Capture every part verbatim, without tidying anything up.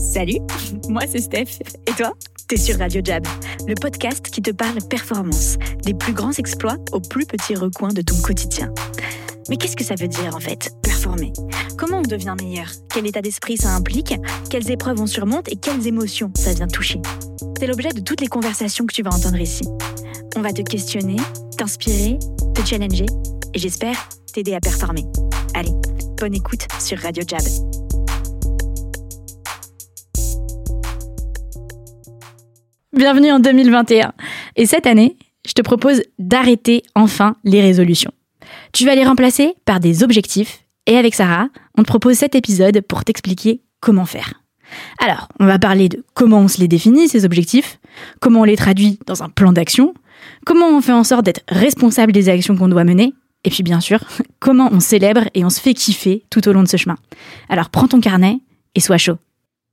Salut, moi c'est Steph. Et toi? T'es sur Radio Jab, le podcast qui te parle performance, des plus grands exploits aux plus petits recoins de ton quotidien. Mais qu'est-ce que ça veut dire en fait, performer? Comment on devient meilleur? Quel état d'esprit ça implique? Quelles épreuves on surmonte et quelles émotions ça vient toucher? C'est l'objet de toutes les conversations que tu vas entendre ici. On va te questionner, t'inspirer, te challenger et j'espère t'aider à performer. Allez, bonne écoute sur Radio Jab. Bienvenue en deux mille vingt et un. Et cette année, je te propose d'arrêter enfin les résolutions. Tu vas les remplacer par des objectifs. Et avec Sarah, on te propose cet épisode pour t'expliquer comment faire. Alors, on va parler de comment on se les définit, ces objectifs, comment on les traduit dans un plan d'action, comment on fait en sorte d'être responsable des actions qu'on doit mener, et puis bien sûr, comment on célèbre et on se fait kiffer tout au long de ce chemin. Alors prends ton carnet et sois chaud.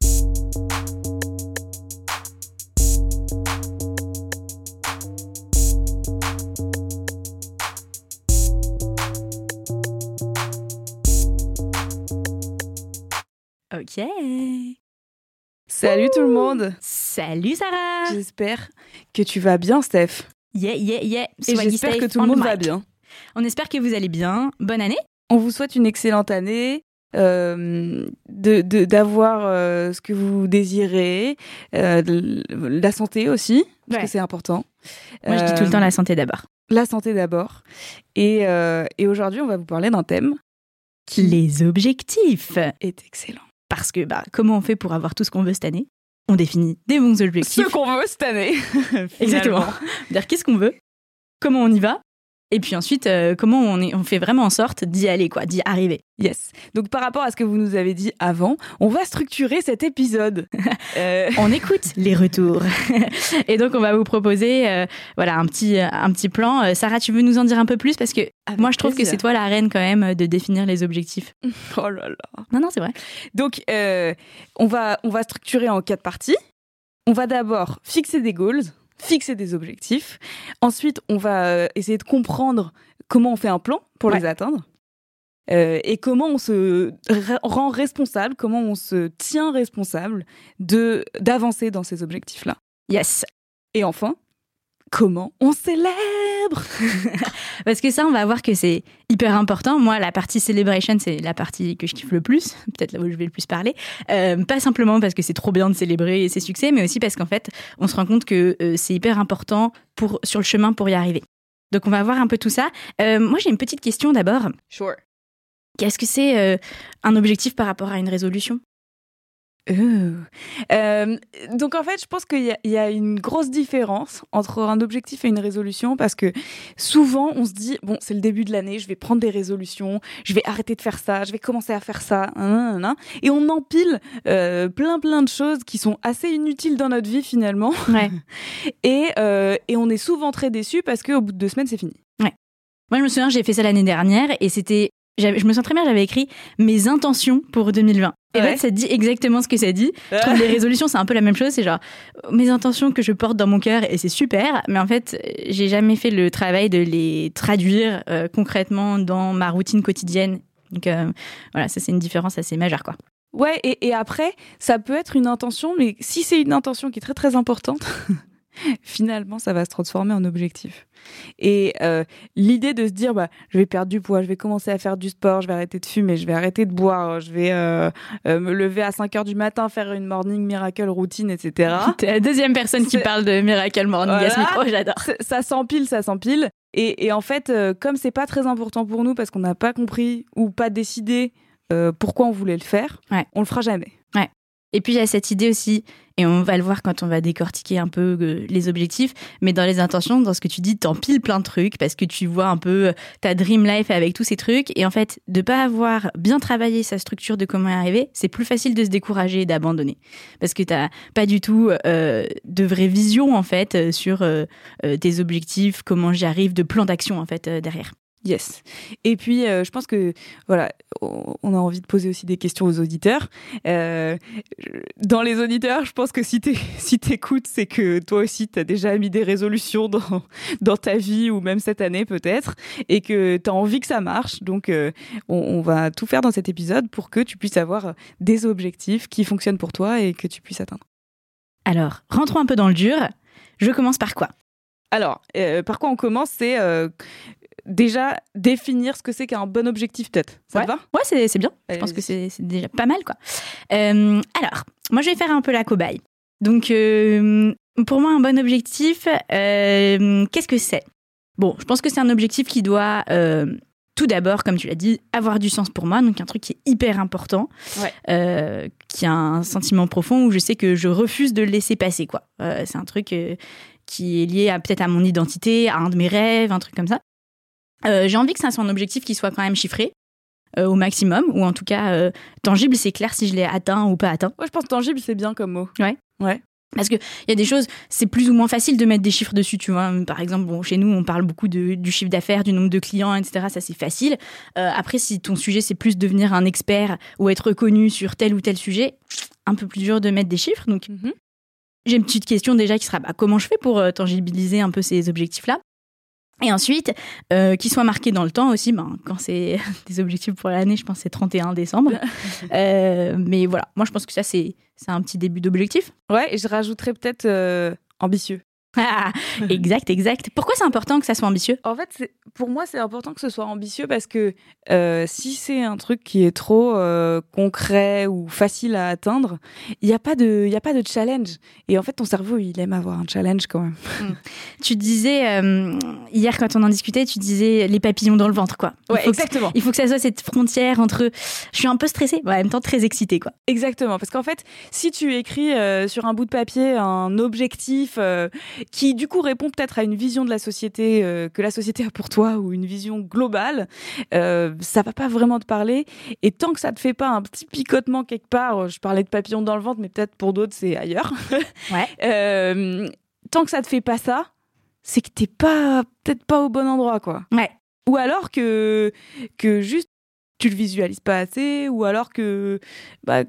Ok. Salut tout le monde. Salut Sarah. J'espère que tu vas bien, Steph. Yeah, yeah, yeah. Et j'espère que tout le monde va bien. On espère que vous allez bien. Bonne année. On vous souhaite une excellente année, euh, de, de, d'avoir euh, ce que vous désirez, euh, de, la santé aussi, parce ouais. que c'est important. Moi, euh, je dis tout le temps la santé d'abord. La santé d'abord. Et, euh, et aujourd'hui, on va vous parler d'un thème qui les objectifs est excellent. Parce que bah, comment on fait pour avoir tout ce qu'on veut cette année? On définit des bons objectifs. Ce qu'on veut cette année. Exactement. Dire qu'est-ce qu'on veut, comment on y va, et puis ensuite euh, comment on, est, on fait vraiment en sorte d'y aller, quoi, d'y arriver. Yes. Donc par rapport à ce que vous nous avez dit avant, on va structurer cet épisode. euh... On écoute les retours. Et donc on va vous proposer euh, voilà, un, petit, un petit plan. Euh, Sarah, tu veux nous en dire un peu plus? Parce que Avec moi je trouve plaisir. Que c'est toi la reine quand même de définir les objectifs. Oh là là. Non, non, c'est vrai. Donc euh, on, va, on va structurer en quatre parties. On va d'abord fixer des goals, fixer des objectifs. Ensuite, on va essayer de comprendre comment on fait un plan pour ouais. les atteindre. Euh, et comment on se rend responsable, comment on se tient responsable de, d'avancer dans ces objectifs-là. Yes. Et enfin, comment on célèbre. Parce que ça, on va voir que c'est hyper important. Moi, la partie celebration, c'est la partie que je kiffe le plus, peut-être là où je vais le plus parler. Euh, pas simplement parce que c'est trop bien de célébrer ses succès, mais aussi parce qu'en fait, on se rend compte que euh, c'est hyper important pour, sur le chemin pour y arriver. Donc, on va voir un peu tout ça. Euh, moi, j'ai une petite question d'abord. Sure. Qu'est-ce que c'est euh, un objectif par rapport à une résolution? Euh. Euh, donc en fait, je pense qu'il y a, il y a une grosse différence entre un objectif et une résolution parce que souvent on se dit bon, c'est le début de l'année, je vais prendre des résolutions, je vais arrêter de faire ça, je vais commencer à faire ça, hein, hein, hein, et on empile euh, plein plein de choses qui sont assez inutiles dans notre vie finalement. Ouais. et euh, et on est souvent très déçus parce qu'au bout de deux semaines c'est fini. Ouais. Moi je me souviens, j'ai fait ça l'année dernière et c'était J'avais, je me sens très bien, j'avais écrit mes intentions pour deux mille vingt. Et ouais. en fait, ça dit exactement ce que ça dit. Je trouve que les résolutions, c'est un peu la même chose. C'est genre mes intentions que je porte dans mon cœur et c'est super. Mais en fait, j'ai jamais fait le travail de les traduire euh, concrètement dans ma routine quotidienne. Donc euh, voilà, ça c'est une différence assez majeure, quoi. Ouais, et, et après, ça peut être une intention, mais si c'est une intention qui est très très importante... finalement, ça va se transformer en objectif. Et euh, l'idée de se dire, bah, je vais perdre du poids, je vais commencer à faire du sport, je vais arrêter de fumer, je vais arrêter de boire, je vais euh, euh, me lever à cinq heures du matin, faire une morning miracle routine, et cetera. T'es la deuxième personne c'est... qui parle de miracle morning voilà. à ce micro, j'adore. C'est, ça s'empile, ça s'empile. Et, et en fait, euh, comme c'est pas très important pour nous parce qu'on n'a pas compris ou pas décidé euh, pourquoi on voulait le faire, ouais. on le fera jamais. Ouais. Et puis il y a cette idée aussi, et on va le voir quand on va décortiquer un peu euh, les objectifs, mais dans les intentions, dans ce que tu dis, t'empiles plein de trucs parce que tu vois un peu ta dream life avec tous ces trucs. Et en fait, de pas avoir bien travaillé sa structure de comment y arriver, c'est plus facile de se décourager et d'abandonner. Parce que t'as pas du tout euh, de vraie vision en fait sur euh, tes objectifs, comment j'y arrive, de plan d'action en fait euh, derrière. Yes. Et puis, euh, je pense que, voilà, on a envie de poser aussi des questions aux auditeurs. Euh, dans les auditeurs, je pense que si tu si t'écoutes, c'est que toi aussi, tu as déjà mis des résolutions dans, dans ta vie ou même cette année peut-être, et que tu as envie que ça marche. Donc, euh, on, on va tout faire dans cet épisode pour que tu puisses avoir des objectifs qui fonctionnent pour toi et que tu puisses atteindre. Alors, rentrons un peu dans le dur. Je commence par quoi ? Alors, euh, par quoi on commence, c'est... Euh, déjà, définir ce que c'est qu'un bon objectif, peut-être. Ça ouais. te va ? Ouais, c'est, c'est bien. Je Allez, pense vas-y. que c'est, c'est déjà pas mal, quoi. Euh, alors, moi, je vais faire un peu la cobaye. Donc, euh, pour moi, un bon objectif, euh, qu'est-ce que c'est ? Bon, je pense que c'est un objectif qui doit, euh, tout d'abord, comme tu l'as dit, avoir du sens pour moi. Donc, un truc qui est hyper important, ouais. euh, qui a un sentiment profond où je sais que je refuse de le laisser passer, quoi. Euh, c'est un truc euh, qui est lié à, peut-être à mon identité, à un de mes rêves, un truc comme ça. Euh, j'ai envie que ça soit un objectif qui soit quand même chiffré euh, au maximum, ou en tout cas euh, tangible, c'est clair si je l'ai atteint ou pas atteint. Ouais, je pense que tangible, c'est bien comme mot. Ouais. Ouais. Parce qu'il y a des choses, c'est plus ou moins facile de mettre des chiffres dessus, tu vois. Par exemple, bon, chez nous, on parle beaucoup de, du chiffre d'affaires, du nombre de clients, et cetera. Ça, c'est facile. Euh, après, si ton sujet, c'est plus devenir un expert ou être reconnu sur tel ou tel sujet, un peu plus dur de mettre des chiffres. Donc, mm-hmm. j'ai une petite question déjà qui sera bah, comment je fais pour euh, tangibiliser un peu ces objectifs-là ? Et ensuite, euh, qu'ils soient marqués dans le temps aussi, ben, quand c'est des objectifs pour l'année, je pense que c'est trente et un décembre. euh, mais voilà, moi je pense que ça c'est, c'est un petit début d'objectif. Ouais, et je rajouterais peut-être euh, ambitieux. Ah, exact, exact. Pourquoi c'est important que ça soit ambitieux ? En fait, c'est, pour moi, c'est important que ce soit ambitieux parce que euh, si c'est un truc qui est trop euh, concret ou facile à atteindre, il n'y a pas de, il y a pas de challenge. Et en fait, ton cerveau, il aime avoir un challenge quand même. Mmh. Tu disais, euh, hier quand on en discutait, tu disais les papillons dans le ventre, quoi. Ouais, il exactement. Que, il faut que ça soit cette frontière entre je suis un peu stressée, ouais, en même temps très excitée, quoi. Exactement, parce qu'en fait, si tu écris euh, sur un bout de papier un objectif euh, qui du coup répond peut-être à une vision de la société euh, que la société a pour toi ou une vision globale, euh, ça va pas vraiment te parler. Et tant que ça te fait pas un petit picotement quelque part, je parlais de papillons dans le ventre, mais peut-être pour d'autres c'est ailleurs. Ouais. euh, tant que ça te fait pas ça, c'est que t'es pas peut-être pas au bon endroit, quoi. Ouais. Ou alors que que juste tu le visualises pas assez, ou alors que bah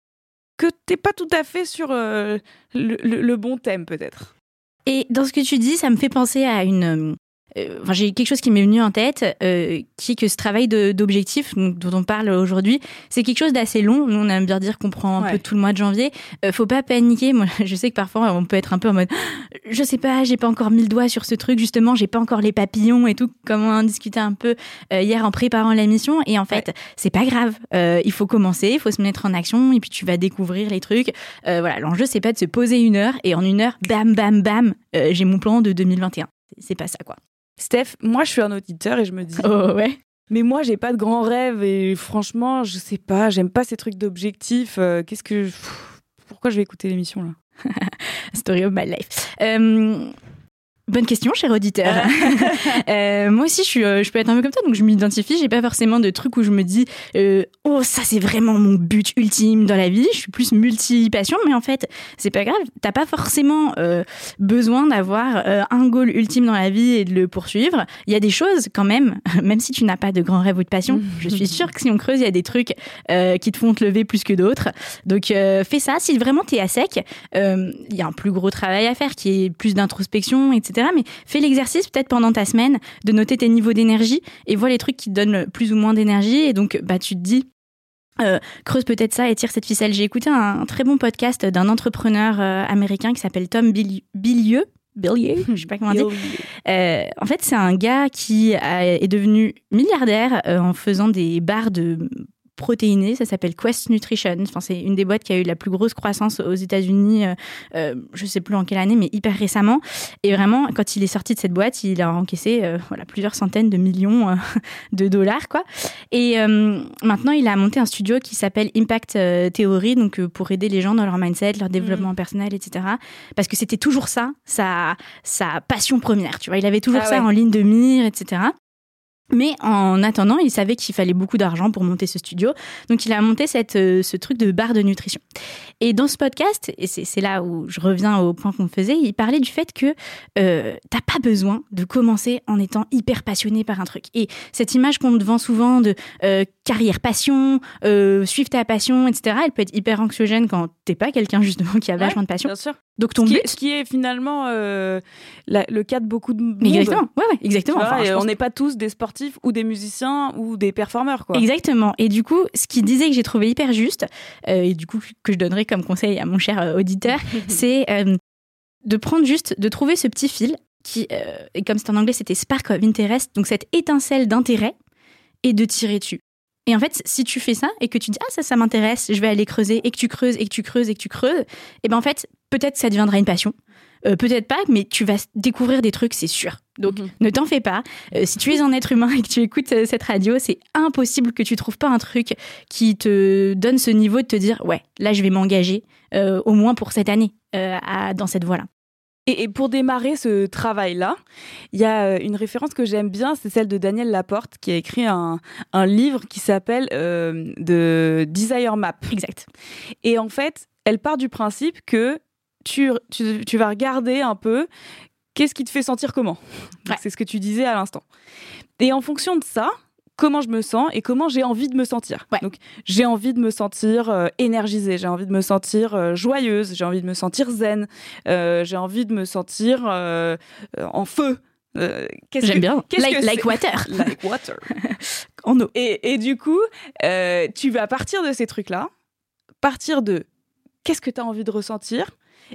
que t'es pas tout à fait sur euh, le, le, le bon thème, peut-être. Et dans ce que tu dis, ça me fait penser à une... Euh, enfin, j'ai quelque chose qui m'est venu en tête, euh, qui est que ce travail de, d'objectif dont on parle aujourd'hui, c'est quelque chose d'assez long. Nous, on aime bien dire qu'on prend un ouais. peu tout le mois de janvier. Euh, faut pas paniquer. Moi, je sais que parfois, on peut être un peu en mode « Je sais pas, j'ai pas encore mis le doigt sur ce truc, justement, j'ai pas encore les papillons et tout », comme on en discutait un peu euh, hier en préparant l'émission. Et en fait, ouais. c'est pas grave. Euh, il faut commencer, il faut se mettre en action et puis tu vas découvrir les trucs. Euh, voilà, l'enjeu, c'est pas de se poser une heure et en une heure, bam, bam, bam, euh, j'ai mon plan de deux mille vingt et un. C'est pas ça, quoi. Steph, moi je suis un auditeur et je me dis oh, ouais. mais moi j'ai pas de grands rêves et franchement je sais pas, j'aime pas ces trucs d'objectifs, euh, qu'est-ce que Pff, pourquoi je vais écouter l'émission là? Story of my life. Euh... Bonne question, cher auditeur. euh, moi aussi, je, suis, euh, je peux être un peu comme ça, donc je m'identifie. J'ai pas forcément de trucs où je me dis euh, « Oh, ça, c'est vraiment mon but ultime dans la vie. » Je suis plus multi-passion, mais en fait, c'est pas grave. T'as pas forcément euh, besoin d'avoir euh, un goal ultime dans la vie et de le poursuivre. Il y a des choses, quand même, même si tu n'as pas de grands rêves ou de passion, je suis sûre que si on creuse, il y a des trucs euh, qui te font te lever plus que d'autres. Donc, euh, fais ça. Si vraiment t'es à sec, il euh, y a un plus gros travail à faire qui est plus d'introspection, et cetera. Mais fais l'exercice peut-être pendant ta semaine de noter tes niveaux d'énergie et vois les trucs qui te donnent plus ou moins d'énergie et donc bah tu te dis euh, creuse peut-être ça et tire cette ficelle. J'ai écouté un, un très bon podcast d'un entrepreneur euh, américain qui s'appelle Tom Bilyeu. Billier, je sais pas comment dire. Euh, en fait, c'est un gars qui a, est devenu milliardaire euh, en faisant des barres de protéinées, ça s'appelle Quest Nutrition. Enfin, c'est une des boîtes qui a eu la plus grosse croissance aux États-Unis, euh, euh, je sais plus en quelle année, mais hyper récemment. Et vraiment, quand il est sorti de cette boîte, il a encaissé euh, voilà, plusieurs centaines de millions euh, de dollars, quoi. Et euh, maintenant, il a monté un studio qui s'appelle Impact euh, Theory, donc euh, pour aider les gens dans leur mindset, leur développement mmh. personnel, et cetera. Parce que c'était toujours ça, sa, sa passion première. Tu vois, il avait toujours ah, ça ouais. en ligne de mire, et cetera. Mais en attendant, il savait qu'il fallait beaucoup d'argent pour monter ce studio. Donc, il a monté cette, euh, ce truc de barre de nutrition. Et dans ce podcast, et c'est, c'est là où je reviens au point qu'on faisait, il parlait du fait que euh, t'as pas besoin de commencer en étant hyper passionné par un truc. Et cette image qu'on te vend souvent de euh, carrière passion, euh, suivre ta passion, et cetera, elle peut être hyper anxiogène quand t'es pas quelqu'un justement qui a vachement ouais, de passion. Bien sûr. Donc ton ce, qui but... est, ce qui est finalement euh, la, le cas de beaucoup de monde. Exactement, ouais, ouais, exactement. Vois, enfin, je pense... On n'est pas tous des sportifs ou des musiciens ou des performeurs, quoi. Exactement. Et du coup, ce qu'il disait que j'ai trouvé hyper juste, euh, et du coup que je donnerais comme conseil à mon cher euh, auditeur, c'est euh, de prendre juste, de trouver ce petit fil qui, euh, et comme c'est en anglais, c'était spark of interest, donc cette étincelle d'intérêt, et de tirer dessus. Et en fait, si tu fais ça et que tu dis « Ah, ça, ça m'intéresse, je vais aller creuser » et que tu creuses et que tu creuses et que tu creuses, et ben en fait, peut-être ça deviendra une passion. Euh, peut-être pas, mais tu vas découvrir des trucs, c'est sûr. Donc, mmh. ne t'en fais pas. Euh, si tu es un être humain et que tu écoutes euh, cette radio, c'est impossible que tu trouves pas un truc qui te donne ce niveau de te dire « Ouais, là, je vais m'engager, euh, au moins pour cette année, euh, à, dans cette voie-là. » Et, et pour démarrer ce travail-là, il y a une référence que j'aime bien, c'est celle de Daniel Laporte, qui a écrit un, un livre qui s'appelle euh, The Desire Map. Exact. Et en fait, elle part du principe que tu, tu, tu vas regarder un peu qu'est-ce qui te fait sentir comment. Ouais. C'est ce que tu disais à l'instant. Et en fonction de ça, comment je me sens et comment j'ai envie de me sentir. Ouais. Donc, j'ai envie de me sentir euh, énergisée, j'ai envie de me sentir euh, joyeuse, j'ai envie de me sentir zen, euh, j'ai envie de me sentir euh, euh, en feu. Euh, qu'est-ce J'aime que, bien. Qu'est-ce like, que like water. Like water. En eau. Et, et du coup, euh, tu vas partir de ces trucs-là, partir de qu'est-ce que tu as envie de ressentir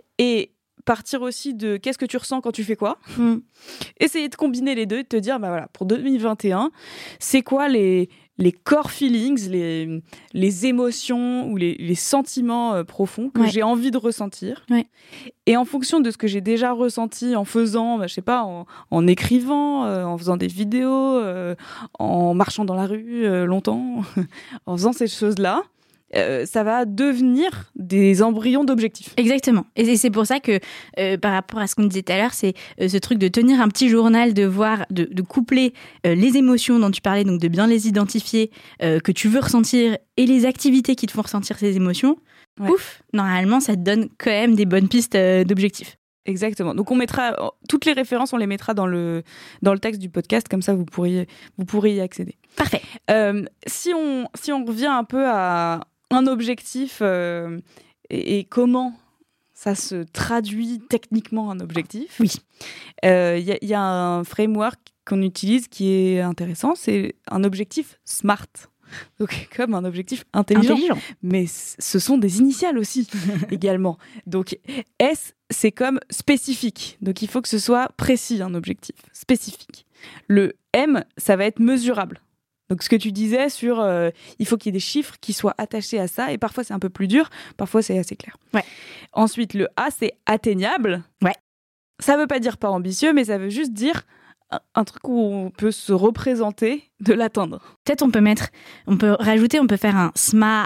et partir aussi de qu'est-ce que tu ressens quand tu fais quoi. Mm. Essayer de combiner les deux et de te dire, bah voilà, pour deux mille vingt et un, c'est quoi les, les core feelings, les, les émotions ou les, les sentiments euh, profonds que ouais. j'ai envie de ressentir. Ouais. Et en fonction de ce que j'ai déjà ressenti en faisant, bah, je sais pas, en, en écrivant, euh, en faisant des vidéos, euh, en marchant dans la rue euh, longtemps, en faisant ces choses-là, Euh, ça va devenir des embryons d'objectifs. Exactement. Et c'est pour ça que, euh, par rapport à ce qu'on disait tout à l'heure, c'est euh, ce truc de tenir un petit journal, de voir, de, de coupler euh, les émotions dont tu parlais, donc de bien les identifier, euh, que tu veux ressentir, et les activités qui te font ressentir ces émotions. Ouais. Pouf, normalement, ça te donne quand même des bonnes pistes euh, d'objectifs. Exactement. Donc on mettra toutes les références, on les mettra dans le dans le texte du podcast, comme ça vous pourriez vous pourriez y accéder. Parfait. Euh, si on si on revient un peu à un objectif euh, et, et comment ça se traduit techniquement un objectif. Oui. Il euh, y, y a un framework qu'on utilise qui est intéressant, c'est un objectif SMART. Donc comme un objectif intelligent. intelligent. Mais c- ce sont des initiales aussi également. Donc S, c'est comme spécifique. Donc il faut que ce soit précis, un objectif spécifique. Le M, ça va être mesurable. Donc, ce que tu disais sur euh, il faut qu'il y ait des chiffres qui soient attachés à ça, et parfois c'est un peu plus dur, parfois c'est assez clair. Ouais. Ensuite, le A, c'est atteignable. Ouais. Ça veut pas dire pas ambitieux, mais ça veut juste dire un, un truc où on peut se représenter de l'atteindre. Peut-être on peut mettre, on peut rajouter, on peut faire un SMART,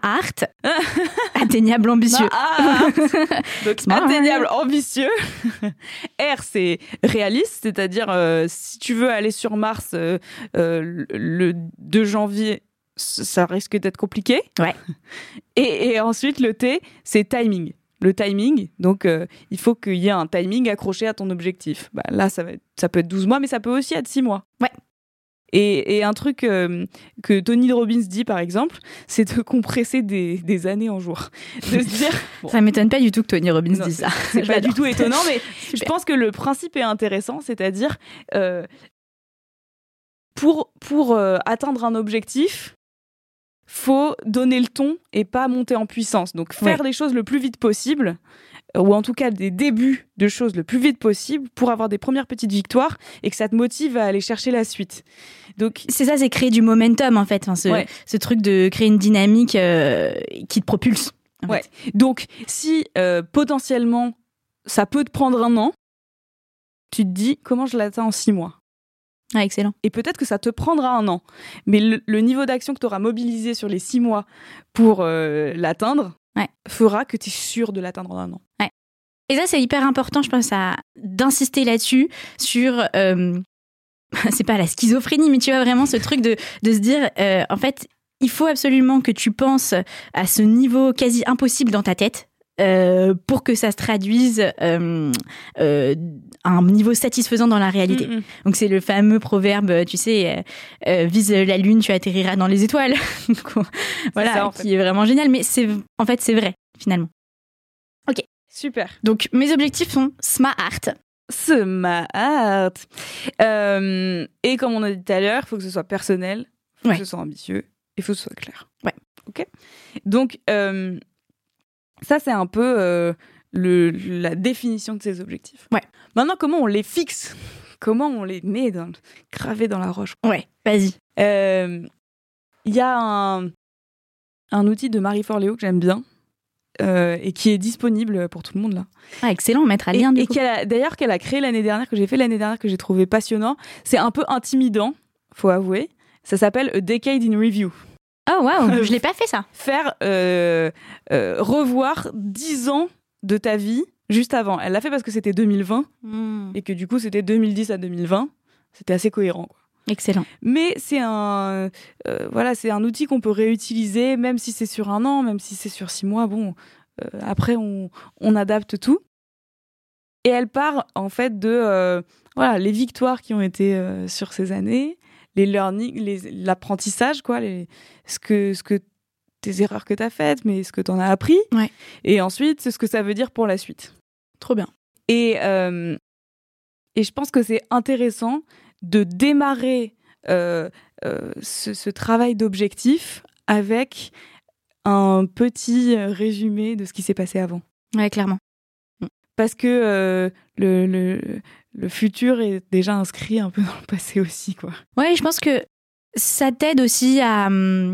atteignable, ambitieux. Donc, Smart. Atteignable, ambitieux. R, c'est réaliste, c'est-à-dire euh, si tu veux aller sur Mars euh, euh, le deux janvier, ça risque d'être compliqué. Ouais. Et, et ensuite, le T, c'est timing. Le timing, donc euh, il faut qu'il y ait un timing accroché à ton objectif. Bah, là, ça, va être, ça peut être douze mois, mais ça peut aussi être six mois. Ouais. Et, et un truc euh, que Tony Robbins dit, par exemple, c'est de compresser des, des années en jours. De se dire... Bon, ça m'étonne pas du tout que Tony Robbins non, dise ça. C'est pas du tout étonnant, mais je pense que le principe est intéressant, c'est-à-dire euh, pour, pour euh, atteindre un objectif, faut donner le ton et pas monter en puissance. Donc faire ouais. les choses le plus vite possible, ou en tout cas des débuts de choses le plus vite possible pour avoir des premières petites victoires et que ça te motive à aller chercher la suite. Donc c'est ça, c'est créer du momentum en fait, enfin, ce, ouais. ce truc de créer une dynamique euh, qui te propulse. Ouais. Donc si euh, potentiellement ça peut te prendre un an, tu te dis comment je l'atteins en six mois. Ah, excellent. Et peut-être que ça te prendra un an. Mais le, le niveau d'action que tu auras mobilisé sur les six mois pour euh, l'atteindre ouais. fera que tu es sûr de l'atteindre en un an. Ouais. Et ça, c'est hyper important, je pense, à, d'insister là-dessus, sur... Euh, c'est pas la schizophrénie, mais tu vois vraiment ce truc de, de se dire, euh, en fait, il faut absolument que tu penses à ce niveau quasi impossible dans ta tête euh, pour que ça se traduise euh, euh, à un niveau satisfaisant dans la réalité. Mm-hmm. Donc c'est le fameux proverbe, tu sais, euh, euh, vise la lune, tu atterriras dans les étoiles. Voilà, ça, en fait. Qui est vraiment génial. Mais c'est, en fait, c'est vrai, finalement. Ok. Super. Donc mes objectifs sont smart. Smart. Euh, et comme on a dit tout à l'heure, il faut que ce soit personnel, il faut ouais. que ce soit ambitieux, il faut que ce soit clair. Ouais. Ok. Donc, euh, ça, c'est un peu euh, le, la définition de ces objectifs. Ouais. Maintenant, comment on les fixe ? Comment on les met dans, gravés dans la roche ? Ouais, vas-y. Il euh, y a un, un outil de Marie Forleo que j'aime bien. Euh, et qui est disponible pour tout le monde là. Ah, excellent, on mettra le lien. Et, du et coup. qu'elle a, d'ailleurs qu'elle a créé l'année dernière, que j'ai fait l'année dernière, que j'ai trouvé passionnant. C'est un peu intimidant, faut avouer. Ça s'appelle A Decade in Review. Oh waouh, je l'ai pas fait ça. Faire euh, euh, revoir dix ans de ta vie juste avant. Elle l'a fait parce que c'était deux mille vingt mmh. et que du coup c'était deux mille dix à deux mille vingt. C'était assez cohérent, quoi. Excellent. Mais c'est un, euh, voilà, c'est un outil qu'on peut réutiliser, même si c'est sur un an, même si c'est sur six mois. Bon. Euh, après, on, on adapte tout. Et elle part, en fait, de euh, voilà, les victoires qui ont été euh, sur ces années, les learning, les, l'apprentissage, quoi, les, ce que, ce que, tes erreurs que tu as faites, mais ce que tu en as appris. Ouais. Et ensuite, c'est ce que ça veut dire pour la suite. Trop bien. Et, euh, et je pense que c'est intéressant de démarrer euh, euh, ce, ce travail d'objectif avec un petit résumé de ce qui s'est passé avant. Ouais, clairement. Parce que euh, le, le, le futur est déjà inscrit un peu dans le passé aussi, quoi. Ouais, je pense que ça t'aide aussi à,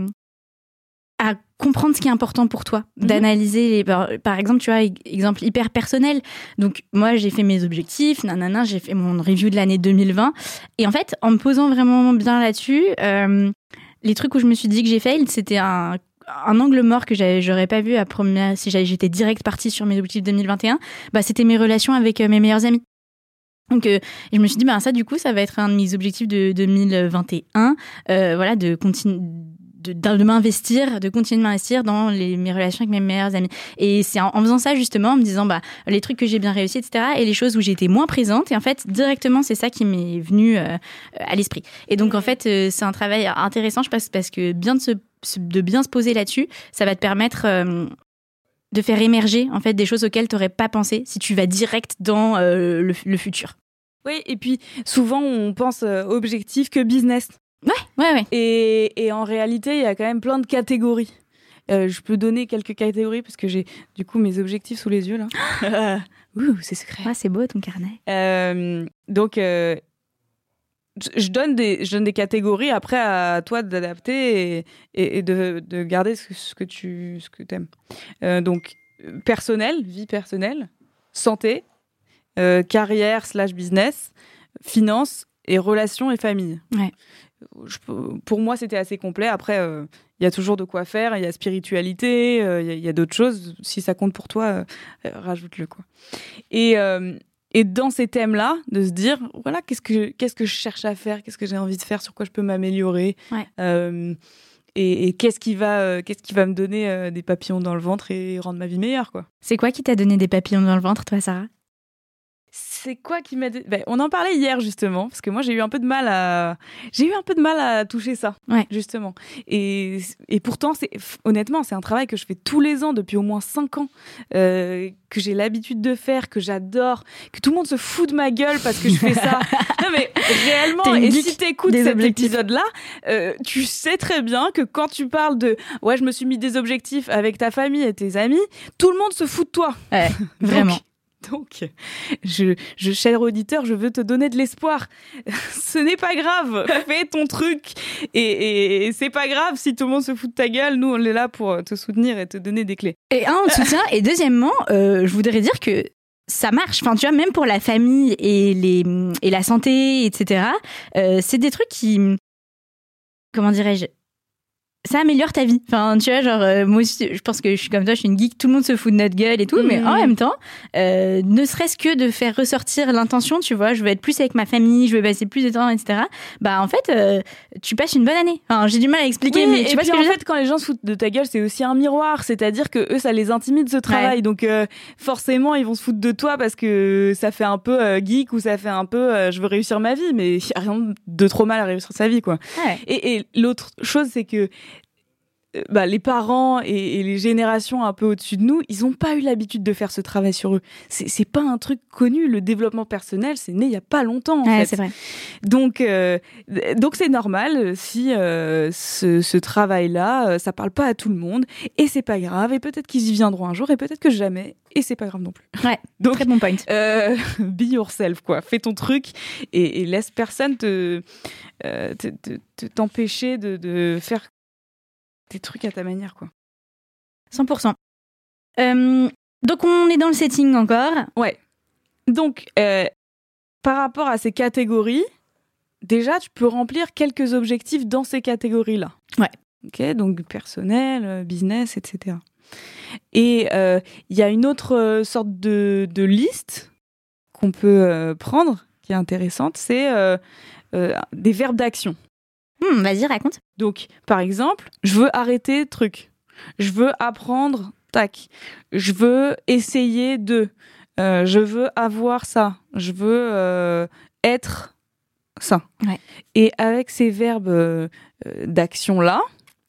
à comprendre ce qui est important pour toi, mm-hmm. d'analyser, les, par, par exemple, tu vois, exemple hyper personnel. Donc, moi, j'ai fait mes objectifs, nanana, j'ai fait mon review de l'année deux mille vingt. Et en fait, en me posant vraiment bien là-dessus, euh, les trucs où je me suis dit que j'ai fail, c'était un... un angle mort que j'avais, j'aurais pas vu à première, si j'étais direct partie sur mes objectifs deux mille vingt et un, bah, c'était mes relations avec euh, mes meilleurs amis. Donc, euh, je me suis dit, bah, ça, du coup, ça va être un de mes objectifs de deux mille vingt et un, euh, voilà, de continuer, de, de m'investir, de continuer de m'investir dans les, mes relations avec mes meilleurs amis. Et c'est en, en faisant ça, justement, en me disant, bah, les trucs que j'ai bien réussi, et cetera, et les choses où j'ai été moins présente. Et en fait, directement, c'est ça qui m'est venu euh, à l'esprit. Et donc, en fait, euh, c'est un travail intéressant, je pense, parce que bien de se de bien se poser là-dessus, ça va te permettre euh, de faire émerger en fait des choses auxquelles tu n'aurais pas pensé si tu vas direct dans euh, le, le futur. Oui, et puis souvent on pense euh, objectif que business. Ouais, ouais, ouais. Et, et en réalité, il y a quand même plein de catégories. Euh, je peux donner quelques catégories parce que j'ai du coup mes objectifs sous les yeux là. Ouh, c'est secret. Ouais, c'est beau ton carnet. Euh, donc euh, Je donne, des, je donne des catégories, après à toi d'adapter et, et, et de, de garder ce, ce que tu ce que aimes. Euh, donc, personnel, vie personnelle, santé, euh, carrière slash business, finance et relations et famille. Ouais. Je, pour moi, c'était assez complet. Après, il euh, y a toujours de quoi faire. Il y a spiritualité, il euh, y, y a d'autres choses. Si ça compte pour toi, euh, rajoute-le, quoi. Et... Euh, Et dans ces thèmes-là, de se dire, voilà, qu'est-ce que, qu'est-ce que je cherche à faire, qu'est-ce que j'ai envie de faire, sur quoi je peux m'améliorer, ouais. euh, et, et qu'est-ce qui va, euh, qu'est-ce qui va me donner euh, des papillons dans le ventre et rendre ma vie meilleure, quoi. C'est quoi qui t'a donné des papillons dans le ventre, toi, Sarah ? C'est quoi qui m'a... Dé... Ben, on en parlait hier, justement, parce que moi, j'ai eu un peu de mal à... J'ai eu un peu de mal à toucher ça, ouais. justement. Et, et pourtant, c'est... honnêtement, c'est un travail que je fais tous les ans, depuis au moins cinq ans, euh, que j'ai l'habitude de faire, que j'adore, que tout le monde se fout de ma gueule parce que je fais ça. Non, mais réellement, et si t'écoutes cet objectifs. épisode-là, euh, tu sais très bien que quand tu parles de « Ouais, je me suis mis des objectifs avec ta famille et tes amis », tout le monde se fout de toi. Ouais, vraiment. Donc, Donc, je, je, cher auditeur, je veux te donner de l'espoir. Ce n'est pas grave, fais ton truc. Et, et, et c'est pas grave si tout le monde se fout de ta gueule. Nous, on est là pour te soutenir et te donner des clés. Et un, on te soutient. Et deuxièmement, euh, je voudrais dire que ça marche. Enfin, tu vois, même pour la famille et, les, et la santé, et cetera, euh, c'est des trucs qui... Comment dirais-je ? ça améliore ta vie. Enfin, tu vois, genre, euh, moi aussi, je pense que je suis comme toi, je suis une geek, tout le monde se fout de notre gueule et tout, mmh. mais en même temps, euh, ne serait-ce que de faire ressortir l'intention, tu vois, je veux être plus avec ma famille, je veux passer plus de temps, et cetera. Bah, en fait, euh, tu passes une bonne année. Enfin, j'ai du mal à expliquer, oui, mais tu et vois puis ce que en je veux fait, quand les gens se foutent de ta gueule, c'est aussi un miroir, c'est-à-dire que eux, ça les intimide ce travail, ouais. donc euh, forcément, ils vont se foutre de toi parce que ça fait un peu euh, geek ou ça fait un peu euh, je veux réussir ma vie, mais il y a rien de trop mal à réussir sa vie, quoi. Ouais. Et, et l'autre chose, c'est que Bah, les parents et, et les générations un peu au-dessus de nous, ils n'ont pas eu l'habitude de faire ce travail sur eux. C'est, c'est pas un truc connu. Le développement personnel, c'est né il y a pas longtemps, en ouais, fait. C'est vrai. Donc, euh, donc c'est normal si euh, ce, ce travail-là, ça parle pas à tout le monde, et c'est pas grave. Et peut-être qu'ils y viendront un jour, et peut-être que jamais, et c'est pas grave non plus. Ouais. Donc, très bon point. Euh, be yourself, quoi. Fais ton truc et, et laisse personne te, euh, te, te, te t'empêcher de, de faire des trucs à ta manière, quoi. cent pour cent. Euh, donc, on est dans le setting encore. Ouais. Donc, euh, par rapport à ces catégories, déjà, tu peux remplir quelques objectifs dans ces catégories-là. Ouais. Ok, donc personnel, business, et cetera. Et il euh, y a une autre euh, sorte de, de liste qu'on peut euh, prendre, qui est intéressante, c'est euh, euh, des verbes d'action. Mmh, vas-y, raconte. Donc, par exemple, je veux arrêter truc. Je veux apprendre, tac. Je veux essayer de. Euh, je veux avoir ça. Je veux euh, être ça. Ouais. Et avec ces verbes euh, d'action-là,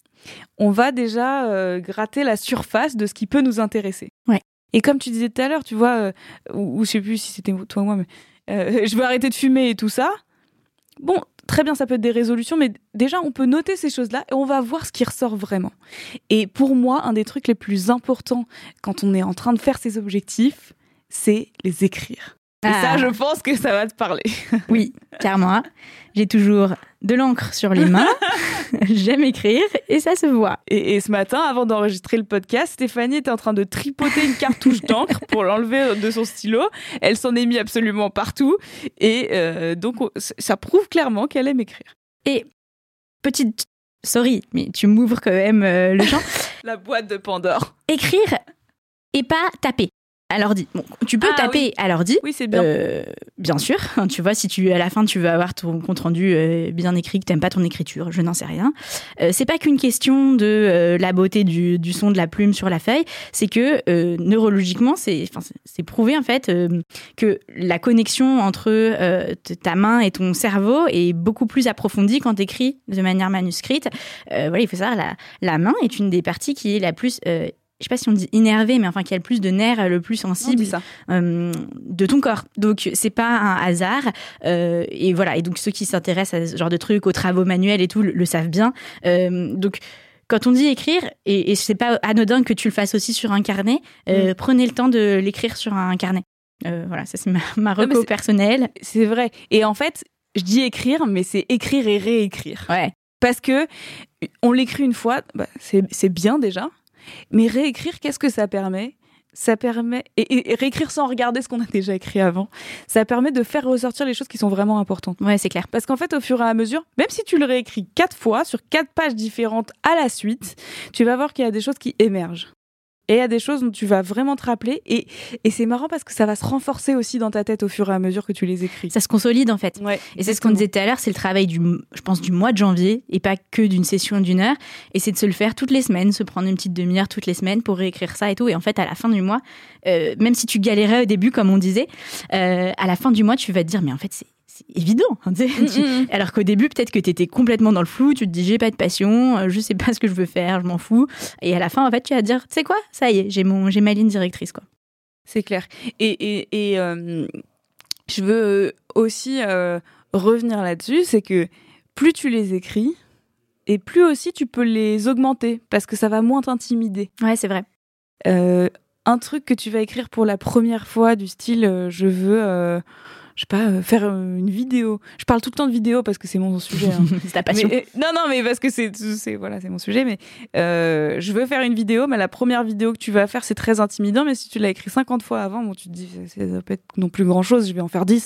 on va déjà euh, gratter la surface de ce qui peut nous intéresser. Ouais. Et comme tu disais tout à l'heure, tu vois, euh, ou, ou je sais plus si c'était toi ou moi, mais euh, je veux arrêter de fumer et tout ça. Bon, très bien, ça peut être des résolutions, mais déjà, on peut noter ces choses-là et on va voir ce qui ressort vraiment. Et pour moi, un des trucs les plus importants quand on est en train de faire ses objectifs, c'est les écrire. Et ah. ça, je pense que ça va te parler. Oui, car moi, j'ai toujours de l'encre sur les mains, j'aime écrire et ça se voit. Et, et ce matin, avant d'enregistrer le podcast, Stéphanie était en train de tripoter une cartouche d'encre pour l'enlever de son stylo. Elle s'en est mis absolument partout et euh, donc ça prouve clairement qu'elle aime écrire. Et petite, sorry, mais tu m'ouvres quand même euh, le champ. La boîte de Pandore. Écrire et pas taper. À l'ordi. Bon, tu peux ah, taper oui. à l'ordi. Oui, c'est bien. Euh, bien sûr. Tu vois, si tu, à la fin, tu veux avoir ton compte rendu euh, bien écrit, que tu n'aimes pas ton écriture, je n'en sais rien. Euh, c'est pas qu'une question de euh, la beauté du, du son de la plume sur la feuille. C'est que, euh, neurologiquement, c'est, c'est, c'est prouvé, en fait, euh, que la connexion entre euh, ta main et ton cerveau est beaucoup plus approfondie quand tu écris de manière manuscrite. Euh, voilà, il faut savoir, la, la main est une des parties qui est la plus... Euh, je sais pas si on dit innervé, mais enfin qui a le plus de nerfs, le plus sensible euh, de ton corps. Donc c'est pas un hasard. Euh, et voilà. Et donc ceux qui s'intéressent à ce genre de trucs, aux travaux manuels et tout, le, le savent bien. Euh, donc quand on dit écrire, et, et c'est pas anodin que tu le fasses aussi sur un carnet, euh, mmh. prenez le temps de l'écrire sur un carnet. Euh, voilà, ça c'est ma, ma reco c'est, personnelle. C'est vrai. Et en fait, je dis écrire, mais c'est écrire et réécrire. Ouais. Parce que on l'écrit une fois, bah, c'est, c'est bien déjà. Mais réécrire, qu'est-ce que ça permet ? Ça permet et, et, et réécrire sans regarder ce qu'on a déjà écrit avant, ça permet de faire ressortir les choses qui sont vraiment importantes. Ouais, c'est clair. Parce qu'en fait, au fur et à mesure, même si tu le réécris quatre fois sur quatre pages différentes à la suite, tu vas voir qu'il y a des choses qui émergent. Et il y a des choses dont tu vas vraiment te rappeler. Et, et c'est marrant parce que ça va se renforcer aussi dans ta tête au fur et à mesure que tu les écris. Ça se consolide en fait. Ouais, et exactement. C'est ce qu'on disait tout à l'heure, c'est le travail du, je pense, du mois de janvier et pas que d'une session d'une heure. Et c'est de se le faire toutes les semaines, se prendre une petite demi-heure toutes les semaines pour réécrire ça et tout. Et en fait, à la fin du mois, euh, même si tu galérais au début, comme on disait, euh, à la fin du mois, tu vas te dire, mais en fait, c'est c'est évident. Hein, tu sais, mm-hmm. tu... Alors qu'au début, peut-être que tu étais complètement dans le flou, tu te dis j'ai pas de passion, je sais pas ce que je veux faire, je m'en fous. Et à la fin, en fait, tu vas te dire, tu sais quoi, ça y est, j'ai, mon... j'ai ma ligne directrice, quoi. C'est clair. Et, et, et euh, je veux aussi euh, revenir là-dessus, c'est que plus tu les écris, et plus aussi tu peux les augmenter, parce que ça va moins t'intimider. Ouais, c'est vrai. Euh, un truc que tu vas écrire pour la première fois, du style, euh, je veux... Euh, je sais pas, euh, faire euh, une vidéo. Je parle tout le temps de vidéo parce que c'est mon sujet. Hein. C'est ta passion. Mais, euh, non, non, mais parce que c'est, c'est, voilà, c'est mon sujet. Mais euh, je veux faire une vidéo, mais la première vidéo que tu vas faire, c'est très intimidant. Mais si tu l'as écrit cinquante fois avant, bon, tu te dis, ça va pas être non plus grand-chose, je vais en faire dix. Ouais.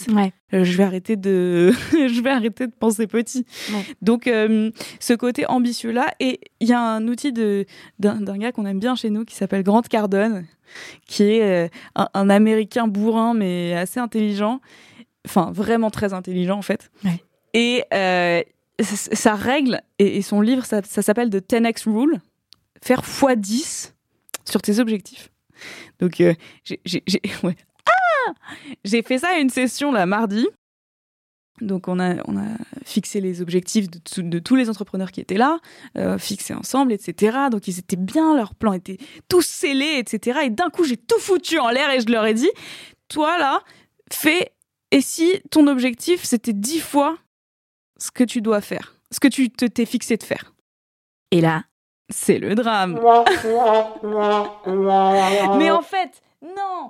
euh, je vais arrêter de, je vais arrêter de penser petit. Ouais. Donc, euh, ce côté ambitieux-là. Et il y a un outil de, d'un, d'un gars qu'on aime bien chez nous qui s'appelle Grant Cardone, qui est euh, un, un Américain bourrin, mais assez intelligent. Enfin, vraiment très intelligent, en fait. Ouais. Et euh, sa règle, et, et son livre, ça, ça s'appelle The ten X Rule. Faire fois dix sur tes objectifs. Donc, euh, j'ai, j'ai, j'ai, ouais. ah j'ai fait ça à une session, là, mardi. Donc, on a, on a fixé les objectifs de, de tous les entrepreneurs qui étaient là, euh, fixés ensemble, et cetera. Donc, ils étaient bien, leurs plans étaient tous scellés, et cetera. Et d'un coup, j'ai tout foutu en l'air et je leur ai dit, toi, là, fais... Et si ton objectif, c'était dix fois ce que tu dois faire, ce que tu te, t'es fixé de faire. Et là, c'est le drame. Mais en fait, non.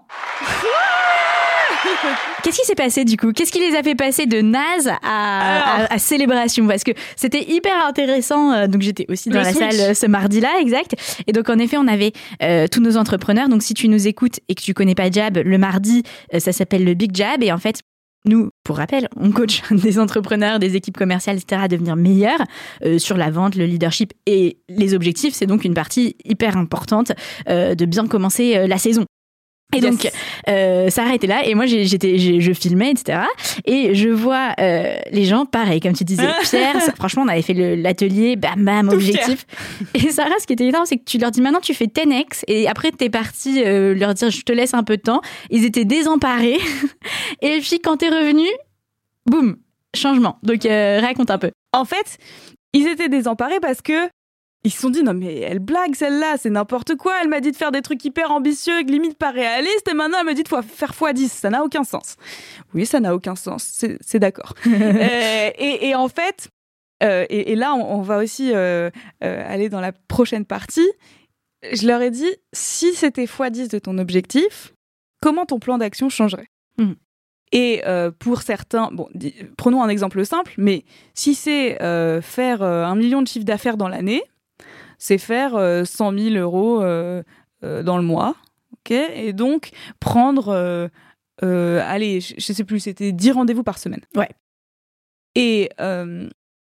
Qu'est-ce qui s'est passé du coup ? Qu'est-ce qui les a fait passer de naze à, à, à célébration ? Parce que c'était hyper intéressant. Donc j'étais aussi dans le la switch. Salle ce mardi-là, exact. Et donc en effet, on avait euh, tous nos entrepreneurs. Donc si tu nous écoutes et que tu connais pas Jab, le mardi, euh, ça s'appelle le Big Jab. Et en fait, nous, pour rappel, on coach des entrepreneurs, des équipes commerciales, et cetera à devenir meilleurs euh, sur la vente, le leadership et les objectifs. C'est donc une partie hyper importante euh, de bien commencer euh, la saison. Et yes. donc, euh, Sarah était là et moi, j'ai, j'étais, j'ai, je filmais, et cetera. Et je vois euh, les gens, pareil, comme tu disais, Pierre, ça, franchement, on avait fait le, l'atelier, bam, bam, objectif. Et Sarah, ce qui était énorme, c'est que tu leur dis, maintenant, tu fais ten X. Et après, t'es parti euh, leur dire, je te laisse un peu de temps. Ils étaient désemparés. Et puis, quand t'es revenu, boum, changement. Donc, euh, raconte un peu. En fait, ils étaient désemparés parce que ils se sont dit, non mais elle blague celle-là, c'est n'importe quoi, elle m'a dit de faire des trucs hyper ambitieux, limite pas réalistes, et maintenant elle me dit de faire fois dix, ça n'a aucun sens. Oui, ça n'a aucun sens, c'est, c'est d'accord. euh, et, et en fait, euh, et, et là on, on va aussi euh, euh, aller dans la prochaine partie, je leur ai dit, si c'était fois dix de ton objectif, comment ton plan d'action changerait ? mmh. Et euh, pour certains, bon, d- prenons un exemple simple, mais si c'est euh, faire euh, un million de chiffre d'affaires dans l'année, c'est faire euh, cent mille euros euh, euh, dans le mois, ok ? Et donc prendre, euh, euh, allez, je, je sais plus, c'était dix rendez-vous par semaine. Ouais. Et euh,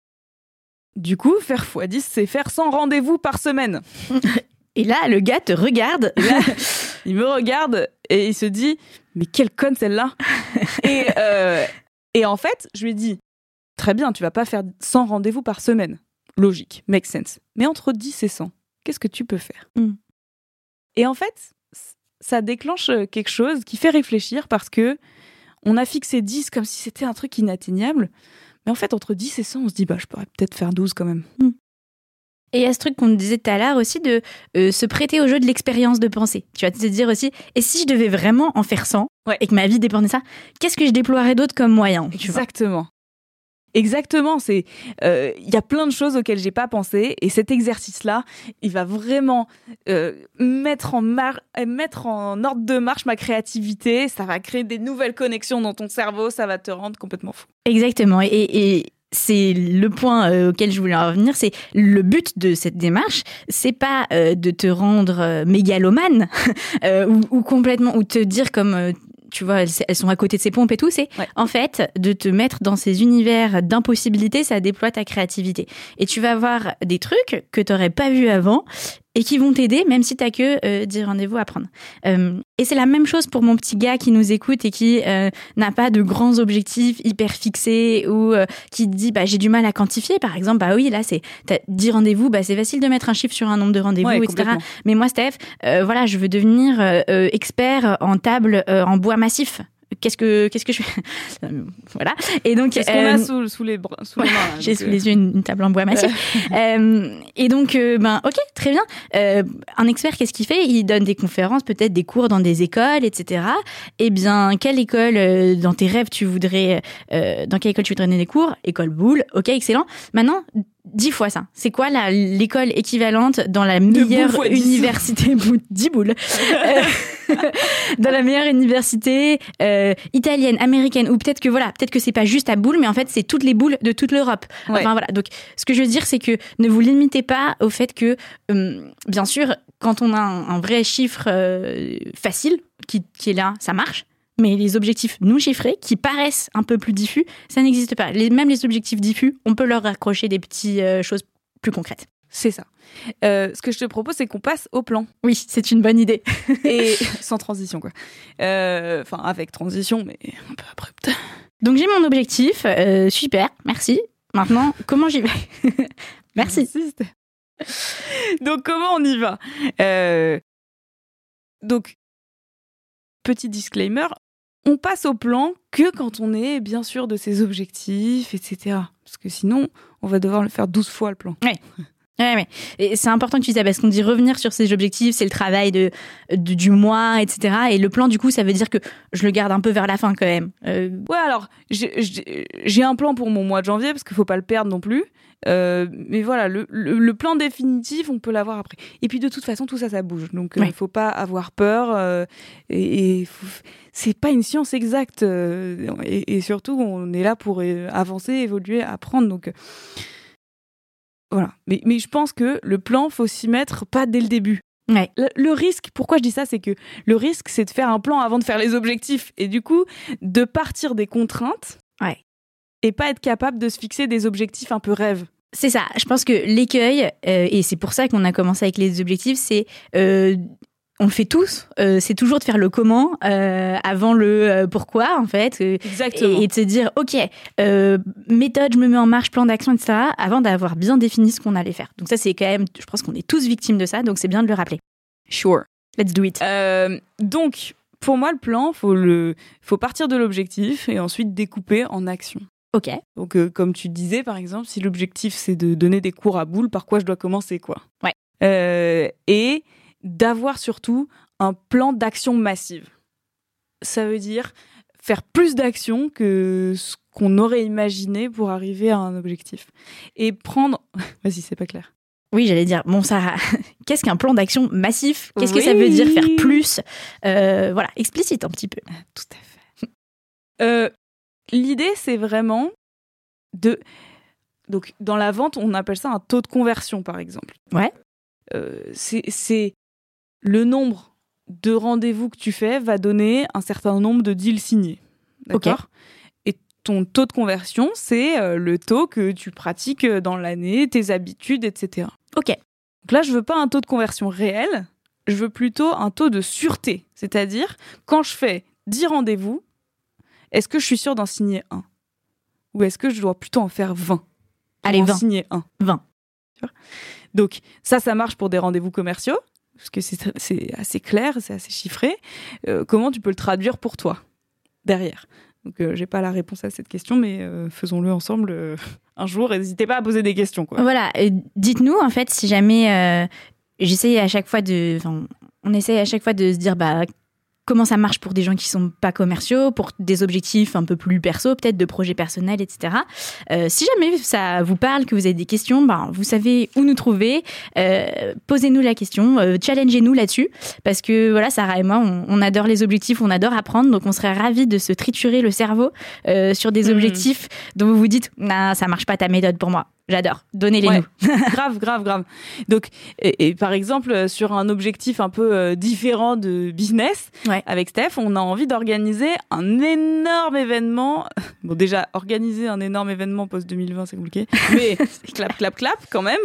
du coup, faire fois dix, c'est faire cent rendez-vous par semaine. Et là, le gars te regarde. Là, il me regarde et il se dit, mais quelle conne celle-là. et, euh, et en fait, je lui ai dit, très bien, tu vas pas faire cent rendez-vous par semaine. Logique, make sense. Mais entre dix et cent, qu'est-ce que tu peux faire ? mmh. Et en fait, ça déclenche quelque chose qui fait réfléchir parce que on a fixé dix comme si c'était un truc inatteignable. Mais en fait, entre dix et cent, on se dit, bah, je pourrais peut-être faire douze quand même. mmh. Et il y a ce truc qu'on disait tout à l'heure aussi de euh, se prêter au jeu de l'expérience de pensée. Tu vas te dire aussi, et si je devais vraiment en faire cent ouais. et que ma vie dépendait de ça, qu'est-ce que je déploierais d'autre comme moyen ? Exactement. Exactement, c'est il euh, y a plein de choses auxquelles j'ai pas pensé et cet exercice-là, il va vraiment euh, mettre en mar- mettre en ordre de marche ma créativité, ça va créer des nouvelles connexions dans ton cerveau, ça va te rendre complètement fou. Exactement, et, et c'est le point euh, auquel je voulais en revenir, c'est le but de cette démarche, c'est pas euh, de te rendre euh, mégalomane euh, ou, ou complètement, ou te dire comme euh, tu vois, elles, elles sont à côté de ses pompes et tout, c'est ouais. en fait de te mettre dans ces univers d'impossibilité, ça déploie ta créativité. Et tu vas voir des trucs que tu n'aurais pas vus avant et qui vont t'aider, même si tu n'as que euh, dix rendez-vous à prendre. Euh, et c'est la même chose pour mon petit gars qui nous écoute et qui euh, n'a pas de grands objectifs hyper fixés ou euh, qui dit bah, j'ai du mal à quantifier. Par exemple, bah oui, là, c'est t'as dix rendez-vous, bah, c'est facile de mettre un chiffre sur un nombre de rendez-vous, ouais, et cetera. Mais moi, Steph, euh, voilà, je veux devenir euh, expert en table euh, en bois massif. Qu'est-ce que, qu'est-ce que je fais ? Voilà. Et donc, qu'est-ce qu'on euh, a sous, sous les, bras, sous les mains là, j'ai sous les yeux une, une table en bois massif. euh, et donc, euh, ben, ok, très bien. Euh, un expert, qu'est-ce qu'il fait ? Il donne des conférences, peut-être des cours dans des écoles, et cetera. Eh bien, quelle école euh, dans tes rêves tu voudrais, euh, dans quelle école tu voudrais donner des cours ? École Boulle. Ok, excellent. Maintenant, dix fois ça. C'est quoi la, l'école équivalente dans la meilleure université dix boules dans la meilleure université euh, italienne, américaine, ou peut-être que voilà, peut-être que c'est pas juste à Boulle, mais en fait c'est toutes les boules de toute l'Europe. Ouais. Enfin voilà. Donc ce que je veux dire, c'est que ne vous limitez pas au fait que, euh, bien sûr, quand on a un, un vrai chiffre euh, facile qui, qui est là, ça marche. mais les objectifs non chiffrés, qui paraissent un peu plus diffus, ça n'existe pas. Les, même les objectifs diffus, on peut leur raccrocher des petites euh, choses plus concrètes. C'est ça. Euh, ce que je te propose, c'est qu'on passe au plan. Oui, c'est une bonne idée. Et sans transition, quoi. Euh, Enfin, avec transition, mais un peu abrupte. Donc, j'ai mon objectif. Euh, super, merci. Maintenant, comment j'y vais? Merci. Merci. Donc, comment on y va? euh, Donc, petit disclaimer, on passe au plan que quand on est bien sûr de ses objectifs, et cetera. Parce que sinon, on va devoir le faire douze fois le plan. Ouais. Ouais, ouais. Et c'est important que tu dises ça parce qu'on dit revenir sur ses objectifs, c'est le travail de, de, du mois, et cetera. Et le plan, du coup, ça veut dire que je le garde un peu vers la fin quand même. Euh... Ouais, alors, j'ai, j'ai, j'ai un plan pour mon mois de janvier parce qu'il ne faut pas le perdre non plus. Euh, mais voilà, le, le, le plan définitif, on peut l'avoir après. Et puis de toute façon, tout ça, ça bouge. Donc, il ouais. ne faut pas avoir peur. Euh, et et faut, c'est pas une science exacte. Euh, et, et surtout, on est là pour avancer, évoluer, apprendre. Donc... Voilà. Mais, mais je pense que le plan, faut s'y mettre pas dès le début. Ouais. Le, le risque, pourquoi je dis ça, c'est que le risque, c'est de faire un plan avant de faire les objectifs. Et du coup, de partir des contraintes ouais. et pas être capable de se fixer des objectifs un peu rêves. C'est ça. Je pense que l'écueil, euh, et c'est pour ça qu'on a commencé avec les objectifs, c'est... Euh, on le fait tous, euh, c'est toujours de faire le comment euh, avant le euh, pourquoi, en fait. Euh, Exactement. Et, et de se dire, OK, euh, méthode, je me mets en marche, plan d'action, et cetera, avant d'avoir bien défini ce qu'on allait faire. Donc ça, c'est quand même, je pense qu'on est tous victimes de ça, donc c'est bien de le rappeler. Sure. Let's do it. Euh, donc, pour moi, le plan, il faut, le, faut partir de l'objectif et ensuite découper en actions. OK. Donc, euh, comme tu disais, par exemple, si l'objectif, c'est de donner des cours à boules, par quoi je dois commencer, quoi. Ouais. Euh, et... d'avoir surtout un plan d'action massive. Ça veut dire faire plus d'actions que ce qu'on aurait imaginé pour arriver à un objectif. Et prendre... Vas-y, c'est pas clair. Oui, j'allais dire, bon Sarah, qu'est-ce qu'un plan d'action massif? Qu'est-ce oui. que ça veut dire faire plus? euh, Voilà, explicite un petit peu. Tout à fait. euh, l'idée, c'est vraiment de... Donc, dans la vente, on appelle ça un taux de conversion, par exemple. Ouais. Euh, c'est... c'est... Le nombre de rendez-vous que tu fais va donner un certain nombre de deals signés. D'accord ? Okay. Et ton taux de conversion, c'est euh, le taux que tu pratiques dans l'année, tes habitudes, et cetera. Ok. Donc là, je veux pas un taux de conversion réel, je veux plutôt un taux de sûreté. C'est-à-dire, quand je fais dix rendez-vous, est-ce que je suis sûre d'en signer un ? Ou est-ce que je dois plutôt en faire vingt ? Allez, en vingt. signer un. vingt. Donc, ça, ça marche pour des rendez-vous commerciaux. Parce que c'est, c'est assez clair, c'est assez chiffré. Euh, comment tu peux le traduire pour toi, derrière ? Donc, euh, j'ai pas la réponse à cette question, mais euh, faisons-le ensemble euh, un jour. Et n'hésitez pas à poser des questions, quoi. Voilà, euh, dites-nous, en fait, si jamais... Euh, j'essaye à chaque fois de... On essaye à chaque fois de se dire... bah comment ça marche pour des gens qui sont pas commerciaux, pour des objectifs un peu plus perso, peut-être de projets personnels, et cetera. Euh, si jamais ça vous parle, que vous avez des questions, ben, vous savez où nous trouver. Euh, posez-nous la question, euh, challengez-nous là-dessus, parce que voilà, Sarah et moi, on, on adore les objectifs, on adore apprendre, donc on serait ravis de se triturer le cerveau euh, sur des mmh. objectifs dont vous vous dites, nah, ça marche pas ta méthode pour moi. J'adore. Donnez-les ouais. nous. grave, grave, grave. Donc, et, et par exemple, sur un objectif un peu euh, différent de business, ouais. avec Steph, on a envie d'organiser un énorme événement. Bon, déjà, organiser un énorme événement post-deux mille vingt, c'est compliqué. Mais clap, clap, clap, quand même.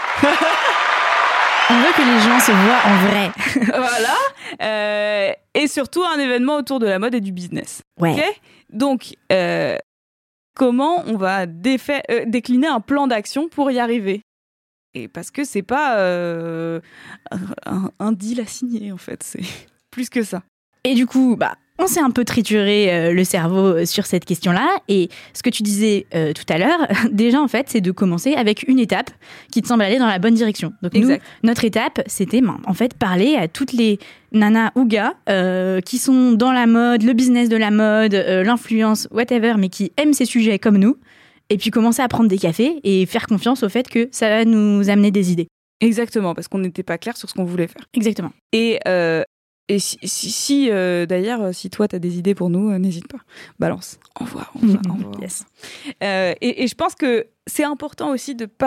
On veut que les gens se voient en vrai. Voilà. Euh, et surtout, un événement autour de la mode et du business. Ouais. Okay ? Donc, euh, comment on va défa- euh, décliner un plan d'action pour y arriver ? Et parce que c'est pas euh, un, un deal à signer, en fait. C'est plus que ça. Et du coup, bah, on s'est un peu trituré euh, le cerveau sur cette question-là. Et ce que tu disais euh, tout à l'heure, déjà, en fait, c'est de commencer avec une étape qui te semble aller dans la bonne direction. Donc, exact. nous, notre étape, c'était, en fait, parler à toutes les nanas ou gars euh, qui sont dans la mode, le business de la mode, euh, l'influence, whatever, mais qui aiment ces sujets comme nous. Et puis, commencer à prendre des cafés et faire confiance au fait que ça va nous amener des idées. Exactement, parce qu'on n'était pas clair sur ce qu'on voulait faire. Exactement. Et... Euh... Et si, si, si euh, d'ailleurs, si toi, tu as des idées pour nous, euh, n'hésite pas. Balance. Envoie, envoie, envoie. Yes. Euh, et, et je pense que c'est important aussi de ne pas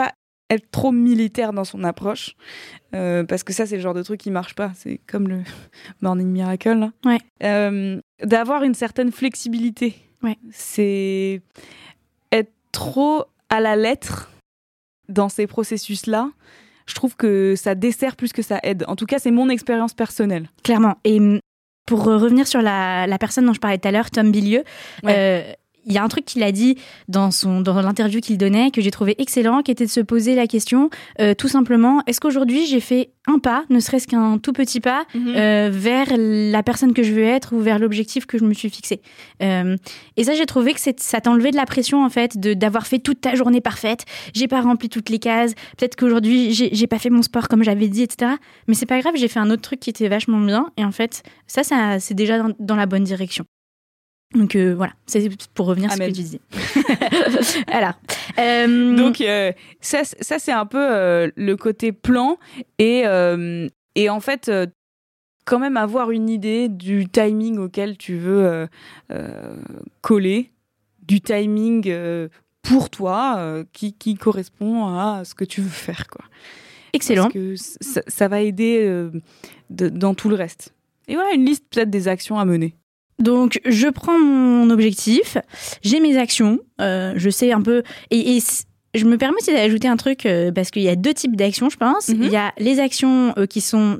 être trop militaire dans son approche, euh, parce que ça, c'est le genre de truc qui marche pas. C'est comme le Morning Miracle, là. Ouais. Euh, d'avoir une certaine flexibilité. Ouais. C'est être trop à la lettre dans ces processus-là. Je trouve que ça dessert plus que ça aide. En tout cas, c'est mon expérience personnelle. Clairement. Et pour revenir sur la, la personne dont je parlais tout à l'heure, Tom Bilieu, ouais. euh, il y a un truc qu'il a dit dans, son, dans l'interview qu'il donnait que j'ai trouvé excellent, qui était de se poser la question, euh, tout simplement, est-ce qu'aujourd'hui j'ai fait un pas, ne serait-ce qu'un tout petit pas, mm-hmm. euh, vers la personne que je veux être ou vers l'objectif que je me suis fixé. Euh, et ça, j'ai trouvé que c'est, ça t'enlevait de la pression, en fait, de, d'avoir fait toute ta journée parfaite. J'ai pas rempli toutes les cases. Peut-être qu'aujourd'hui, j'ai, j'ai pas fait mon sport comme j'avais dit, et cetera. Mais c'est pas grave, j'ai fait un autre truc qui était vachement bien. Et en fait, ça, ça c'est déjà dans, dans la bonne direction. Donc euh, voilà, c'est pour revenir Amen. sur ce que tu disais. Alors, euh... donc euh, ça, ça c'est un peu euh, le côté plan et euh, et en fait euh, quand même avoir une idée du timing auquel tu veux euh, euh, coller, du timing euh, pour toi euh, qui qui correspond à ce que tu veux faire, quoi. Excellent. Parce que ça, ça va aider euh, de, dans tout le reste. Et voilà, une liste peut-être des actions à mener. Donc, je prends mon objectif, j'ai mes actions, euh, je sais un peu... Et, et je me permets aussi d'ajouter un truc, euh, parce qu'il y a deux types d'actions, je pense. Mm-hmm. Il y a les actions euh, qui sont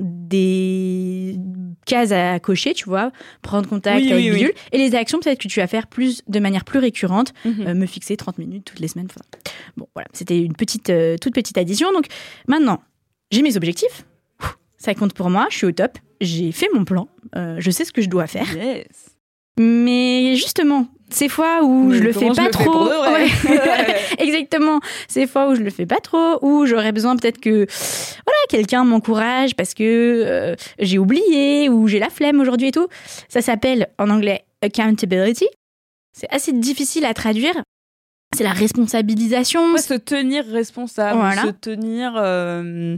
des cases à cocher, tu vois, prendre contact oui, avec oui, Bidule. Oui. Et les actions, peut-être que tu vas faire plus, de manière plus récurrente, mm-hmm. euh, me fixer trente minutes toutes les semaines. Enfin, bon, voilà, c'était une petite, euh, toute petite addition. Donc, maintenant, j'ai mes objectifs. Ça compte pour moi, je suis au top. J'ai fait mon plan, euh, je sais ce que je dois faire. Yes. Mais justement, ces fois où Mais je le fais pas le trop, fais ouais. exactement, ces fois où je le fais pas trop, où j'aurais besoin peut-être que voilà quelqu'un m'encourage parce que euh, j'ai oublié ou j'ai la flemme aujourd'hui et tout. Ça s'appelle en anglais accountability. C'est assez difficile à traduire. C'est la responsabilisation. Ouais, se tenir responsable, voilà. se tenir. Euh...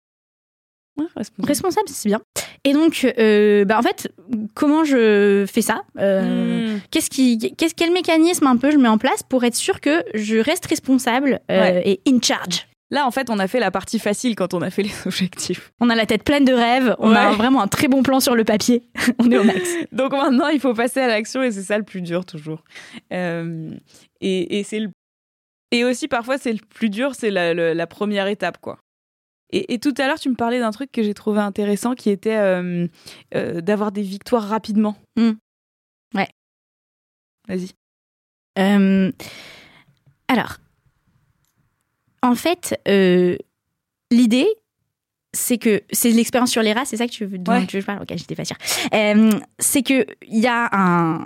Ouais, responsable. responsable, c'est bien. Et donc, euh, bah en fait, comment je fais ça euh, mmh. qu'est-ce qui, qu'est-ce, quel mécanisme un peu je mets en place pour être sûr que je reste responsable euh, ouais. et in charge. Là, en fait, on a fait la partie facile quand on a fait les objectifs. On a la tête pleine de rêves, on ouais. a vraiment un très bon plan sur le papier. On est au max. Donc maintenant, il faut passer à l'action et c'est ça le plus dur toujours. Euh, et, et, c'est le... et aussi, parfois, c'est le plus dur, c'est la, la, la première étape, quoi. Et, et tout à l'heure, tu me parlais d'un truc que j'ai trouvé intéressant qui était euh, euh, d'avoir des victoires rapidement. Mmh. Ouais. Vas-y. Euh, alors, en fait, euh, l'idée, c'est que c'est l'expérience sur les rats, c'est ça que tu veux, dont ouais. tu veux parler. Ok, j'étais pas sûre. Euh, c'est que il y a un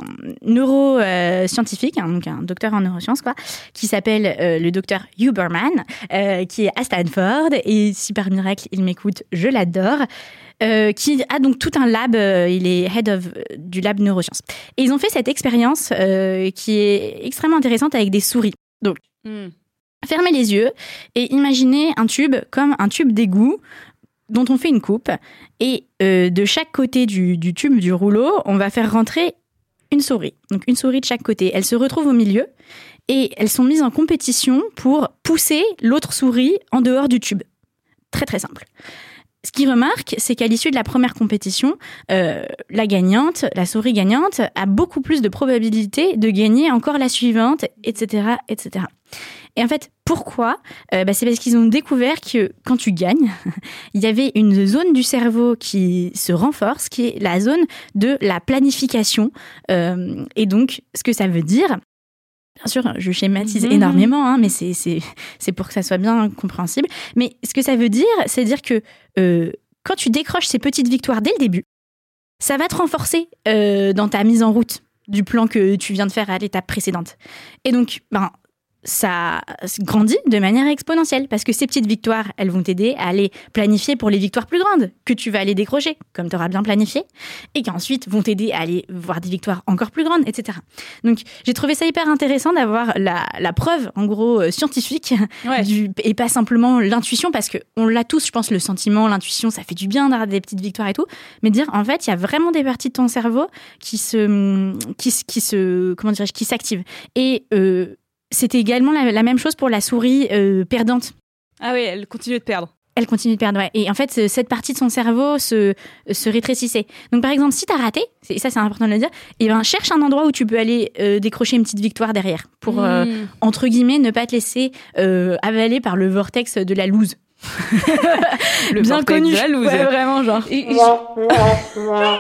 neuroscientifique, hein, donc un docteur en neurosciences, quoi, qui s'appelle euh, le docteur Huberman, euh, qui est à Stanford et si par miracle il m'écoute, je l'adore. Euh, qui a donc tout un lab, euh, il est head of euh, du lab neurosciences. Et ils ont fait cette expérience euh, qui est extrêmement intéressante avec des souris. Donc, mm. fermez les yeux et imaginez un tube comme un tube d'égout dont on fait une coupe. Et euh, de chaque côté du, du tube, du rouleau, on va faire rentrer une souris. Donc une souris de chaque côté. Elles se retrouvent au milieu et elles sont mises en compétition pour pousser l'autre souris en dehors du tube. Très très simple. Ce qu'ils remarquent, c'est qu'à l'issue de la première compétition, euh, la gagnante, la souris gagnante, a beaucoup plus de probabilité de gagner encore la suivante, et cetera, et cetera. Et en fait, pourquoi ? euh, bah, C'est parce qu'ils ont découvert que quand tu gagnes, il y avait une zone du cerveau qui se renforce, qui est la zone de la planification. Euh, et donc, ce que ça veut dire... Bien sûr, je schématise mmh. énormément, hein, mais c'est, c'est, c'est pour que ça soit bien compréhensible. Mais ce que ça veut dire, c'est dire que euh, quand tu décroches ces petites victoires dès le début, ça va te renforcer euh, dans ta mise en route du plan que tu viens de faire à l'étape précédente. Et donc, ben, ça grandit de manière exponentielle parce que ces petites victoires, elles vont t'aider à aller planifier pour les victoires plus grandes que tu vas aller décrocher, comme tu auras bien planifié, et qui ensuite vont t'aider à aller voir des victoires encore plus grandes, et cetera. Donc, j'ai trouvé ça hyper intéressant d'avoir la, la preuve, en gros, euh, scientifique, ouais. du, et pas simplement l'intuition, parce qu'on l'a tous, je pense, le sentiment, l'intuition, ça fait du bien d'avoir des petites victoires et tout, mais dire, en fait, il y a vraiment des parties de ton cerveau qui se, qui, qui se, comment dirais-je, qui s'activent. Et, euh, c'était également la, la même chose pour la souris euh, perdante. Ah oui, elle continue de perdre. Elle continue de perdre, ouais. Et en fait, cette partie de son cerveau se, se rétrécissait. Donc, par exemple, si t'as raté, et ça, c'est important de le dire, eh ben, cherche un endroit où tu peux aller euh, décrocher une petite victoire derrière. Pour, mmh. euh, entre guillemets, ne pas te laisser euh, avaler par le vortex de la loose. Le bien connu. De la loose. Ouais, vraiment, genre. Et, et je...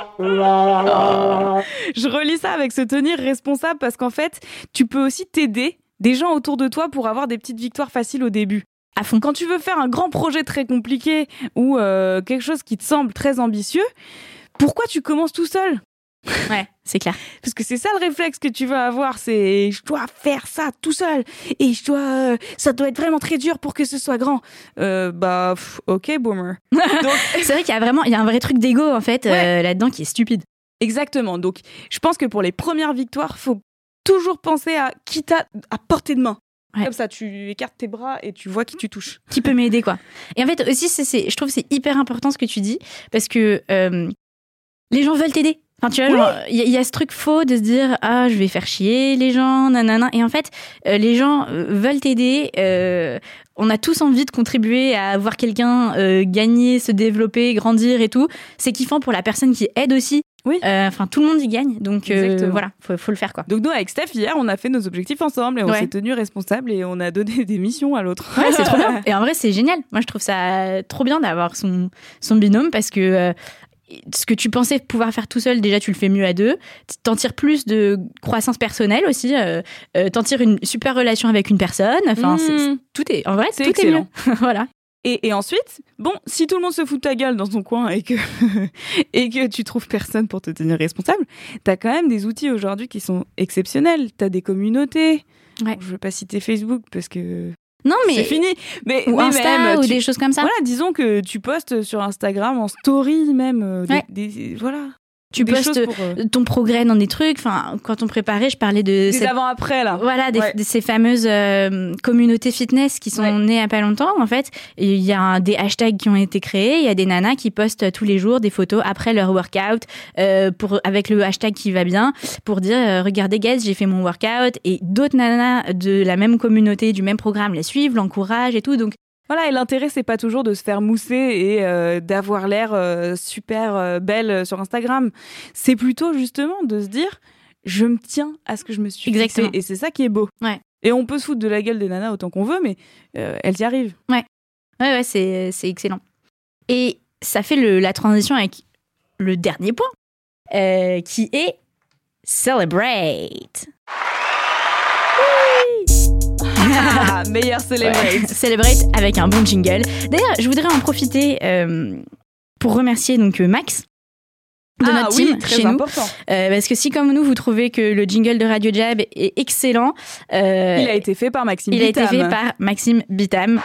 oh. je relis ça avec se tenir responsable parce qu'en fait, tu peux aussi t'aider des gens autour de toi pour avoir des petites victoires faciles au début. À fond. Quand tu veux faire un grand projet très compliqué ou euh, quelque chose qui te semble très ambitieux, pourquoi tu commences tout seul ? Ouais, c'est clair. Parce que c'est ça le réflexe que tu vas avoir, c'est je dois faire ça tout seul et je dois, ça doit être vraiment très dur pour que ce soit grand. Euh, bah, pff, ok, boomer. Donc... c'est vrai qu'il y a vraiment, il y a un vrai truc d'ego en fait ouais. euh, là-dedans qui est stupide. Exactement. Donc, je pense que pour les premières victoires, faut toujours penser à qui t'as à portée de main. Ouais. Comme ça, tu écartes tes bras et tu vois qui tu touches. Qui peut m'aider, quoi. Et en fait, aussi, c'est, c'est, je trouve que c'est hyper important ce que tu dis, parce que euh, les gens veulent t'aider. Enfin, tu vois, il oui. y, y a ce truc faux de se dire « Ah, je vais faire chier les gens, nanana ». Et en fait, euh, les gens euh, veulent t'aider. Euh, on a tous envie de contribuer à voir quelqu'un euh, gagner, se développer, grandir et tout. C'est kiffant pour la personne qui aide aussi. Oui. Enfin, euh, tout le monde y gagne, donc euh, voilà, faut, faut le faire quoi. Donc nous, avec Steph, hier, on a fait nos objectifs ensemble et on ouais. s'est tenus responsables et on a donné des missions à l'autre. Ouais, c'est trop bien. Et en vrai, c'est génial. Moi, je trouve ça trop bien d'avoir son son binôme parce que euh, ce que tu pensais pouvoir faire tout seul, déjà, tu le fais mieux à deux. T'en tires plus de croissance personnelle aussi. Euh, euh, t'en tires une super relation avec une personne. Enfin, mmh. c'est, c'est, tout est en vrai, c'est tout excellent. Est mieux. Voilà. Et, et ensuite, bon, si tout le monde se fout de ta gueule dans ton coin et que, et que tu trouves personne pour te tenir responsable, t'as quand même des outils aujourd'hui qui sont exceptionnels. T'as des communautés. Ouais. Je veux pas citer Facebook parce que non, mais c'est fini. Mais, ou mais Insta même, ou tu... des choses comme ça. Voilà, disons que tu postes sur Instagram en story même. Des, ouais. des, voilà. Tu des postes pour, euh... ton progrès dans des trucs. Enfin, quand on préparait, je parlais de des cette... avant-après là. Voilà, des, ouais. de ces fameuses euh, communautés fitness qui sont ouais. nées il y a pas longtemps. En fait, il y a un, des hashtags qui ont été créés. Il y a des nanas qui postent tous les jours des photos après leur workout euh, pour avec le hashtag qui va bien pour dire euh, regardez guys, j'ai fait mon workout. Et d'autres nanas de la même communauté, du même programme, les suivent, l'encouragent et tout. Donc voilà, et l'intérêt, c'est pas toujours de se faire mousser et euh, d'avoir l'air euh, super euh, belle sur Instagram. C'est plutôt justement de se dire, je me tiens à ce que je me suis Exactement. fixé. Et c'est ça qui est beau. Ouais. Et on peut se foutre de la gueule des nanas autant qu'on veut, mais euh, elles y arrivent. Ouais, ouais, ouais, c'est, c'est excellent. Et ça fait le, la transition avec le dernier point, euh, qui est Celebrate. Ah, meilleur Celebrate. Ouais. Celebrate avec un bon jingle. D'ailleurs, je voudrais en profiter euh, pour remercier donc Max de ah, notre oui, team très chez important. nous. Euh, parce que si comme nous, vous trouvez que le jingle de Radio Jab est excellent... Euh, il a été fait par Maxime il Bitam. Il a été fait par Maxime Bitam.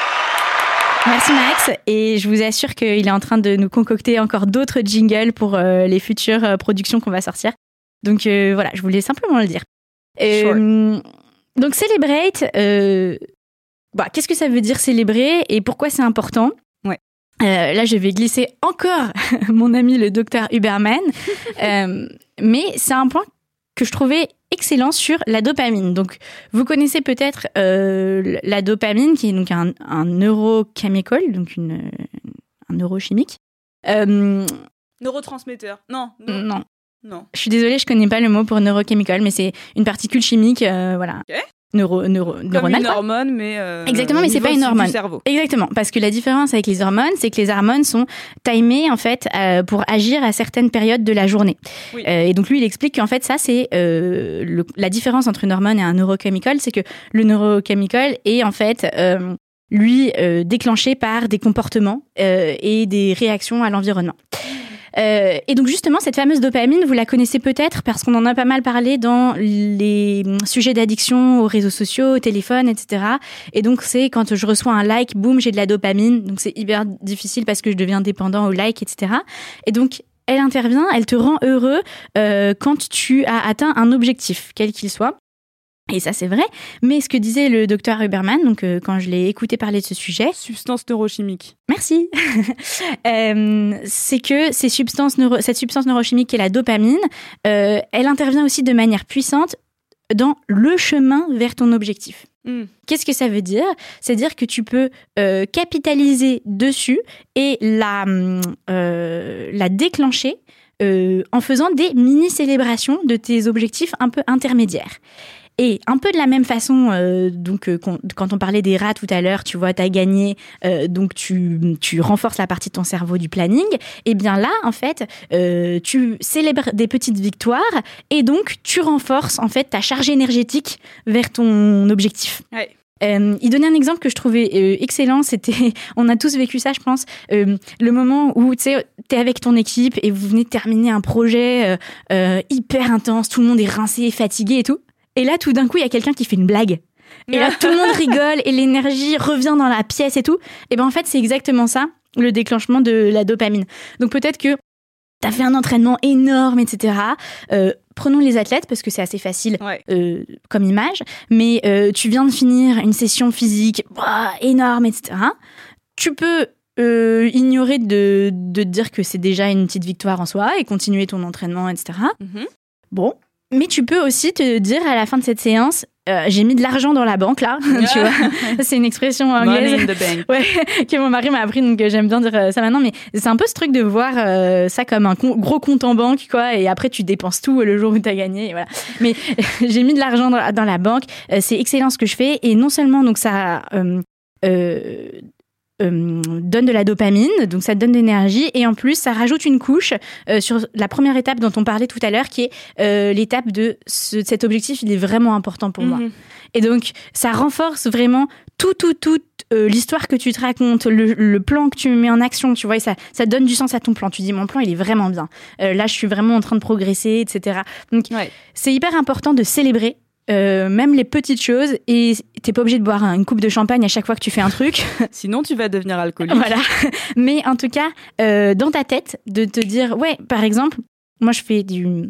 Merci Max, et je vous assure qu'il est en train de nous concocter encore d'autres jingles pour euh, les futures euh, productions qu'on va sortir. Donc euh, voilà, je voulais simplement le dire. Euh, sure. Donc Celebrate, euh, bah, qu'est-ce que ça veut dire célébrer et pourquoi c'est important ? Ouais. Euh, là, je vais glisser encore mon ami le docteur Huberman, euh, mais c'est un point que je trouvais excellent sur la dopamine. Donc, vous connaissez peut-être euh, la dopamine, qui est donc un, un neurochemical, donc une, un neurochimique. Euh, Neurotransmetteur. Non. Non. Non. Non. Je suis désolée, je connais pas le mot pour neurochemical, mais c'est une particule chimique, euh, voilà. Ok. Neuro, neuro, Comme neuronale, une quoi. hormone, mais euh, exactement, mais c'est pas une hormone. Du cerveau. Exactement, parce que la différence avec les hormones, c'est que les hormones sont timées en fait euh, pour agir à certaines périodes de la journée. Oui. Euh, et donc lui, il explique qu'en fait ça, c'est euh, le, la différence entre une hormone et un neurochemical, c'est que le neurochemical est en fait euh, lui euh, déclenché par des comportements euh, et des réactions à l'environnement. Euh, et donc justement, cette fameuse dopamine, vous la connaissez peut-être parce qu'on en a pas mal parlé dans les sujets d'addiction aux réseaux sociaux, au téléphone, et cetera. Et donc c'est quand je reçois un like, boum, j'ai de la dopamine. Donc c'est hyper difficile parce que je deviens dépendant au like, et cetera. Et donc elle intervient, elle te rend heureux euh, quand tu as atteint un objectif, quel qu'il soit. Et ça, c'est vrai. Mais ce que disait le docteur Huberman, donc euh, quand je l'ai écouté parler de ce sujet... Substance neurochimique. Merci. euh, c'est que ces substances neuro, cette substance neurochimique qui est la dopamine, euh, elle intervient aussi de manière puissante dans le chemin vers ton objectif. Mm. Qu'est-ce que ça veut dire ? C'est-à-dire que tu peux euh, capitaliser dessus et la, euh, la déclencher euh, en faisant des mini-célébrations de tes objectifs un peu intermédiaires. Et un peu de la même façon, euh, donc euh, quand on parlait des rats tout à l'heure, tu vois, t'as gagné, euh, donc tu, tu renforces la partie de ton cerveau du planning. Et bien là, en fait, euh, tu célèbres des petites victoires et donc tu renforces en fait ta charge énergétique vers ton objectif. Ouais. Euh, il donnait un exemple que je trouvais euh, excellent, c'était, on a tous vécu ça je pense, euh, le moment où tu sais, t'es avec ton équipe et vous venez de terminer un projet euh, euh, hyper intense, tout le monde est rincé, fatigué et tout. Et là, tout d'un coup, il y a quelqu'un qui fait une blague. Et là, tout le monde rigole et l'énergie revient dans la pièce et tout. Et ben en fait, c'est exactement ça, le déclenchement de la dopamine. Donc peut-être que t'as fait un entraînement énorme, et cetera. Euh, prenons les athlètes, parce que c'est assez facile ouais. euh, comme image. Mais euh, tu viens de finir une session physique bah, énorme, et cetera. Tu peux euh, ignorer de, de te dire que c'est déjà une petite victoire en soi et continuer ton entraînement, et cetera. Mm-hmm. Bon. Mais tu peux aussi te dire à la fin de cette séance, euh, j'ai mis de l'argent dans la banque là, tu vois. C'est une expression anglaise. Money in the bank. Ouais, que mon mari m'a appris, donc j'aime bien dire ça maintenant. Mais c'est un peu ce truc de voir euh, ça comme un con- gros compte en banque, quoi. Et après tu dépenses tout le jour où t'as gagné, et voilà. Mais j'ai mis de l'argent dans, dans la banque. Euh, c'est excellent ce que je fais, et non seulement donc ça. Euh, euh, Euh, donne de la dopamine, donc ça te donne de l'énergie, et en plus ça rajoute une couche euh, sur la première étape dont on parlait tout à l'heure, qui est euh, l'étape de ce, cet objectif, il est vraiment important pour mm-hmm. moi. Et donc ça renforce vraiment tout, tout, tout euh, l'histoire que tu te racontes, le, le plan que tu mets en action, tu vois, et ça, ça donne du sens à ton plan. Tu dis, mon plan, il est vraiment bien. Euh, là, je suis vraiment en train de progresser, et cetera. Donc ouais. C'est hyper important de célébrer Euh, même les petites choses, et t'es pas obligé de boire une coupe de champagne à chaque fois que tu fais un truc. Sinon tu vas devenir alcoolique. Voilà. Mais en tout cas, euh, dans ta tête, de te dire, ouais, par exemple, moi je fais du,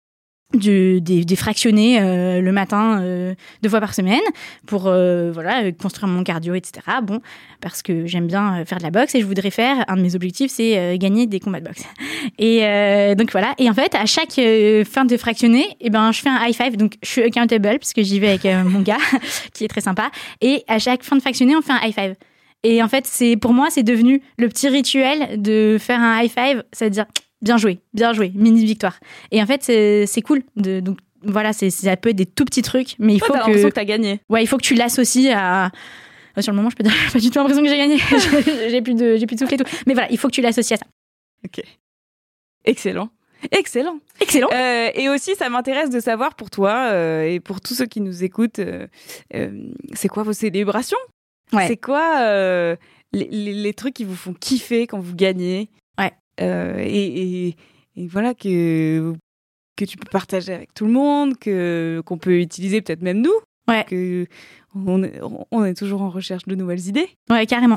du des, des fractionnés euh, le matin euh, deux fois par semaine pour euh, voilà construire mon cardio, et cetera. Bon, parce que j'aime bien faire de la boxe et je voudrais faire, un de mes objectifs, c'est euh, gagner des combats de boxe. Et euh, donc voilà. Et en fait, à chaque euh, fin de fractionné, eh ben je fais un high five. Donc je suis accountable parce que j'y vais avec euh, mon gars qui est très sympa. Et à chaque fin de fractionné, on fait un high five. Et en fait, c'est pour moi, c'est devenu le petit rituel de faire un high five, c'est-à-dire bien joué, bien joué, mini victoire. Et en fait, c'est, c'est cool. De, donc voilà, c'est, ça peut être des tout petits trucs, mais il ouais, faut t'as que. l'impression que t'as gagné. Ouais, il faut que tu l'associes à. Sur le moment, je peux dire, j'ai pas du tout l'impression que j'ai gagné. j'ai plus de, j'ai plus de souffle et tout. Mais voilà, il faut que tu l'associes à ça. Ok. Excellent. Excellent. Excellent. Euh, et aussi, ça m'intéresse de savoir pour toi euh, et pour tous ceux qui nous écoutent, euh, euh, c'est quoi vos célébrations ? Ouais. C'est quoi euh, les, les, les trucs qui vous font kiffer quand vous gagnez ? Ouais. Euh, et, et, et voilà, que, que tu peux partager avec tout le monde, que, qu'on peut utiliser peut-être même nous. Ouais. Que on est, on est toujours en recherche de nouvelles idées. Ouais, carrément.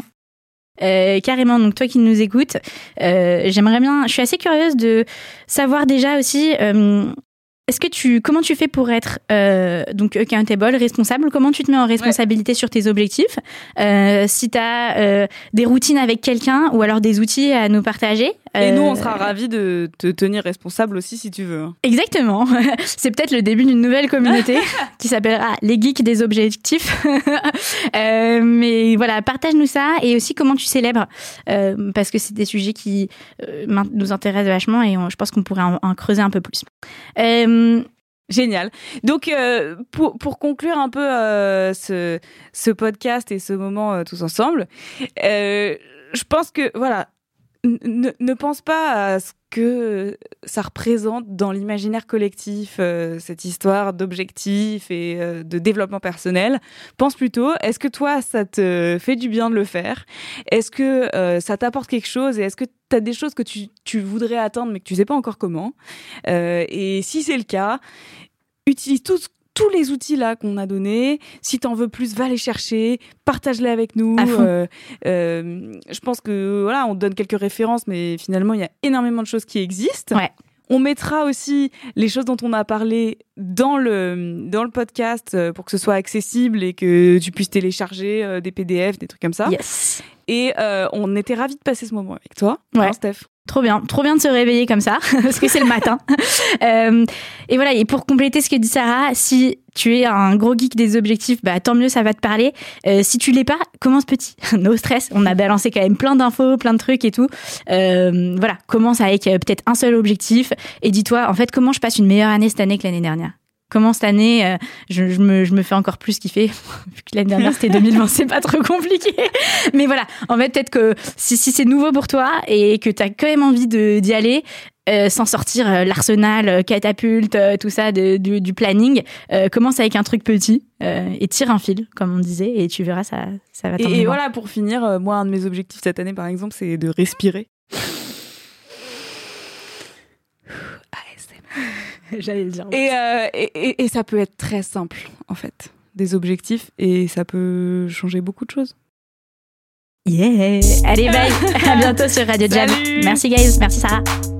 Euh, carrément, donc toi qui nous écoutes, euh, j'aimerais bien, je suis assez curieuse de savoir déjà aussi, euh, est-ce que tu, comment tu fais pour être euh, donc accountable, responsable, comment tu te mets en responsabilité ouais. sur tes objectifs, euh, si tu as euh, des routines avec quelqu'un ou alors des outils à nous partager. Et nous, on sera ravis de te tenir responsable aussi si tu veux. Exactement. C'est peut-être le début d'une nouvelle communauté qui s'appellera les geeks des objectifs. euh, mais voilà, partage-nous ça et aussi comment tu célèbres euh, parce que c'est des sujets qui euh, nous intéressent vachement et on, je pense qu'on pourrait en, en creuser un peu plus. Euh, Génial. Donc, euh, pour, pour conclure un peu euh, ce, ce podcast et ce moment euh, tous ensemble, euh, je pense que, voilà, Ne, ne pense pas à ce que ça représente dans l'imaginaire collectif, euh, cette histoire d'objectifs et euh, de développement personnel. Pense plutôt, est-ce que toi, ça te fait du bien de le faire ? Est-ce que euh, ça t'apporte quelque chose ? Et est-ce que tu as des choses que tu, tu voudrais atteindre mais que tu ne sais pas encore comment ? euh, Et si c'est le cas, utilise tout ce tous les outils là qu'on a donnés. Si t'en veux plus, va les chercher, partage-les avec nous. À fond. Euh, euh, je pense que voilà, on donne quelques références, mais finalement il y a énormément de choses qui existent. Ouais. On mettra aussi les choses dont on a parlé dans le dans le podcast pour que ce soit accessible et que tu puisses télécharger euh, des P D F, des trucs comme ça. Yes. Et euh, on était ravis de passer ce moment avec toi, ouais. hein, Steph. Trop bien, trop bien de se réveiller comme ça, parce que c'est le matin. euh, et voilà, et pour compléter ce que dit Sarah, si tu es un gros geek des objectifs, bah, tant mieux, ça va te parler. Euh, si tu l'es pas, commence petit. No stress, on a balancé quand même plein d'infos, plein de trucs et tout. Euh, voilà, commence avec euh, peut-être un seul objectif et dis-toi, en fait, comment je passe une meilleure année cette année que l'année dernière ? Comment cette année, euh, je, je, me, je me fais encore plus kiffer. Vu que l'année dernière, c'était deux mille vingt, c'est pas trop compliqué. Mais voilà, en fait, peut-être que si, si c'est nouveau pour toi et que t'as quand même envie de, d'y aller, euh, sans sortir euh, l'arsenal, euh, catapulte, euh, tout ça de, du, du planning, euh, commence avec un truc petit euh, et tire un fil, comme on disait, et tu verras, ça, ça va t'emmener. Et, et voilà, pour finir, euh, moi, un de mes objectifs cette année, par exemple, c'est de respirer. J'allais le dire. Et, euh, et, et, et ça peut être très simple, en fait, des objectifs, et ça peut changer beaucoup de choses. Yeah. Allez, bye. À bientôt sur Radio Jam. Merci, guys. Merci, Sarah.